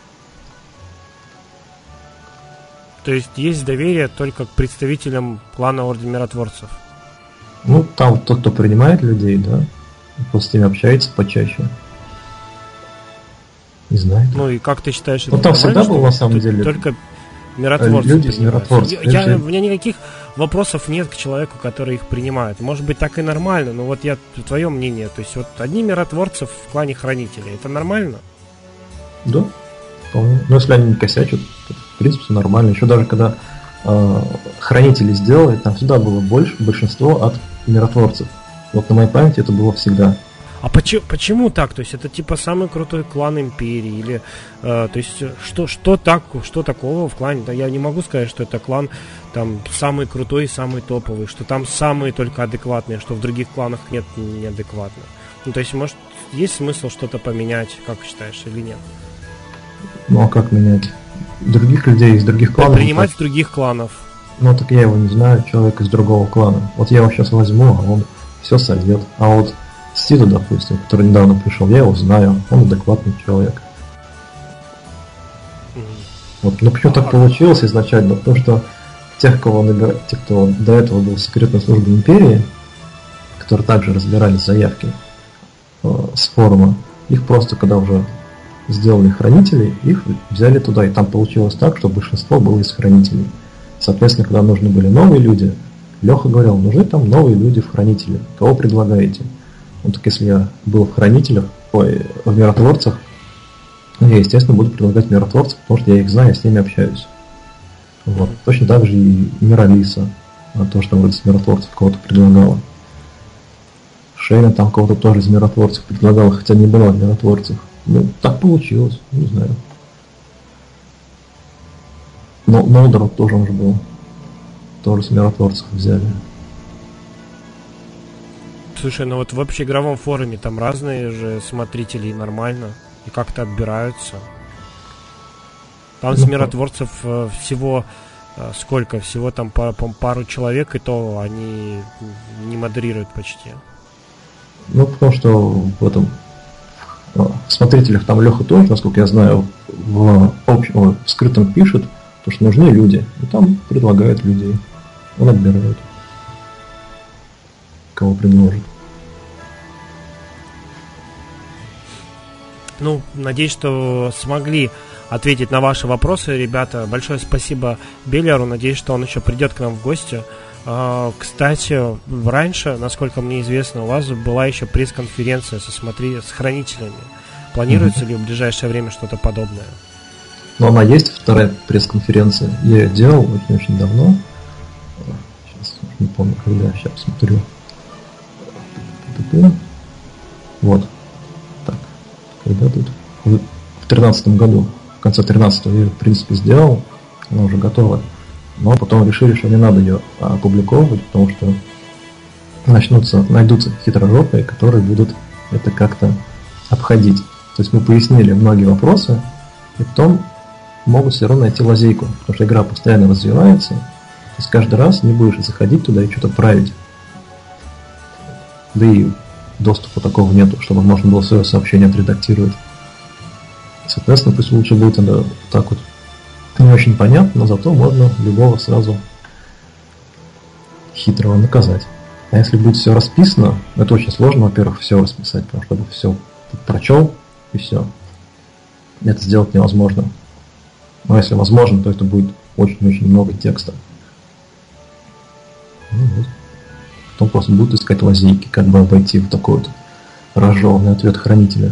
То есть есть доверие только к представителям клана Орден Миротворцев? Ну, там тот, кто принимает людей, да, просто с ними общается почаще. Не знаю. Ну и как ты считаешь, это ну, там всегда было на самом деле только миротворцы люди из миротворцев. Я, я, у меня никаких вопросов нет к человеку, который их принимает. Может быть, так и нормально, но вот я твое мнение. То есть вот одни миротворцы в клане хранителей, это нормально? Да, вполне. Но если они не косячат, то в принципе нормально. Еще даже когда э, хранители сделали, там всегда было больше, большинство от миротворцев. Вот на моей памяти это было всегда. А почему, почему так? То есть это типа самый крутой клан империи? Или э, то есть что, что, так, что такого в клане? Да, я не могу сказать, что это клан там самый крутой и самый топовый, что там самые только адекватные, что в других кланах нет неадекватных. Ну то есть может есть смысл что-то поменять, как считаешь, или нет? Ну а как менять? Других людей из других кланов? Принимать из других кланов. Ну так я его не знаю, человек из другого клана. Вот я его сейчас возьму, а он все сольет. А вот Стиду, допустим, который недавно пришел, я его знаю, он адекватный человек. Mm-hmm. Вот. Ну почему так получилось изначально? Потому что тех, кого набира... тех, кто до этого был в секретной службе империи, которые также разбирали заявки э, с форума, их просто, когда уже сделали хранителей, их взяли туда, и там получилось так, что большинство было из хранителей. Соответственно, когда нужны были новые люди, Леха говорил, нужны там новые люди в хранители, кого предлагаете? Ну, так если я был в хранителях, ой, в миротворцах, ну, я, естественно, буду предлагать миротворцев, потому что я их знаю, я с ними общаюсь. Вот. Точно так же и Миралиса, тоже там вроде с миротворцев кого-то предлагала. Шейна там кого-то тоже из миротворцев предлагала, хотя не была в миротворцах. Ну, так получилось, не знаю. Но Нолдор тоже он же был. Тоже с миротворцев взяли. Слушай, ну вот в общеигровом форуме там разные же смотрители, нормально, и как-то отбираются. Там ну, с миротворцев э, всего э, сколько? Всего там по, по пару человек, и то они не модерируют почти. Ну, потому что в этом в смотрителях там Леха тоже, насколько я знаю, в общем, в скрытом пишет, то, что нужны люди, и там предлагают людей. Он отбирает. Кого предложит. Ну, надеюсь, что смогли ответить на ваши вопросы, ребята. Большое спасибо Беллеру. Надеюсь, что он еще придет к нам в гости. Кстати, раньше, насколько мне известно, у вас была еще пресс-конференция со, смотри... с хранителями. Планируется mm-hmm. ли в ближайшее время что-то подобное? Ну, она есть, вторая пресс-конференция. Я ее делал очень-очень давно. Сейчас не помню, когда. Сейчас посмотрю. Вот. Так. Когда тут? В тринадцатом году. В конце тринадцатого я ее, в принципе, сделал. Она уже готова. Но потом решили, что не надо ее опубликовывать, потому что начнутся, найдутся хитрожопые, которые будут это как-то обходить. То есть мы пояснили многие вопросы, и потом могут все равно найти лазейку, потому что игра постоянно развивается. То есть каждый раз не будешь заходить туда и что-то править. Да и доступа такого нету, чтобы можно было свое сообщение отредактировать. Соответственно, пусть лучше будет тогда так вот не очень понятно, но зато можно любого сразу хитрого наказать. А если будет все расписано, это очень сложно, во-первых, все расписать, потому что чтобы все прочел и все. Это сделать невозможно. Но если возможно, то это будет очень-очень много текста. Ну, вот. Потом просто будут искать лазейки, как бы обойти вот такой вот разжеванный ответ хранителя.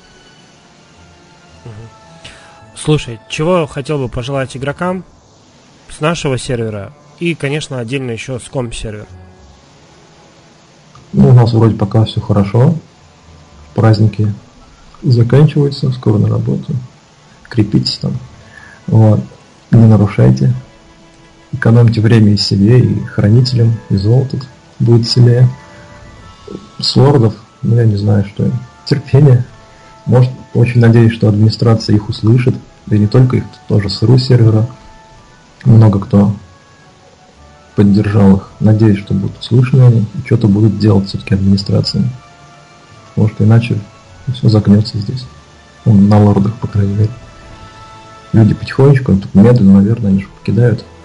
Слушай, чего хотел бы пожелать игрокам с нашего сервера и, конечно, отдельно еще с комп-сервера? Ну, у нас вроде пока все хорошо. Праздники заканчиваются, скоро на работу. Крепитесь там. Вот. Не нарушайте. Экономьте время и себе, и хранителям, и золото будет веселее. С лордов, ну я не знаю, что им. Терпение. Может, очень надеюсь, что администрация их услышит. Да и не только их, тоже с ру сервера. Много кто поддержал их. Надеюсь, что будут услышаны они и что-то будут делать все-таки администрация. Потому что иначе все загнется здесь. Ну, на лордах, по крайней мере. Люди потихонечку, медленно, наверное, они же покидают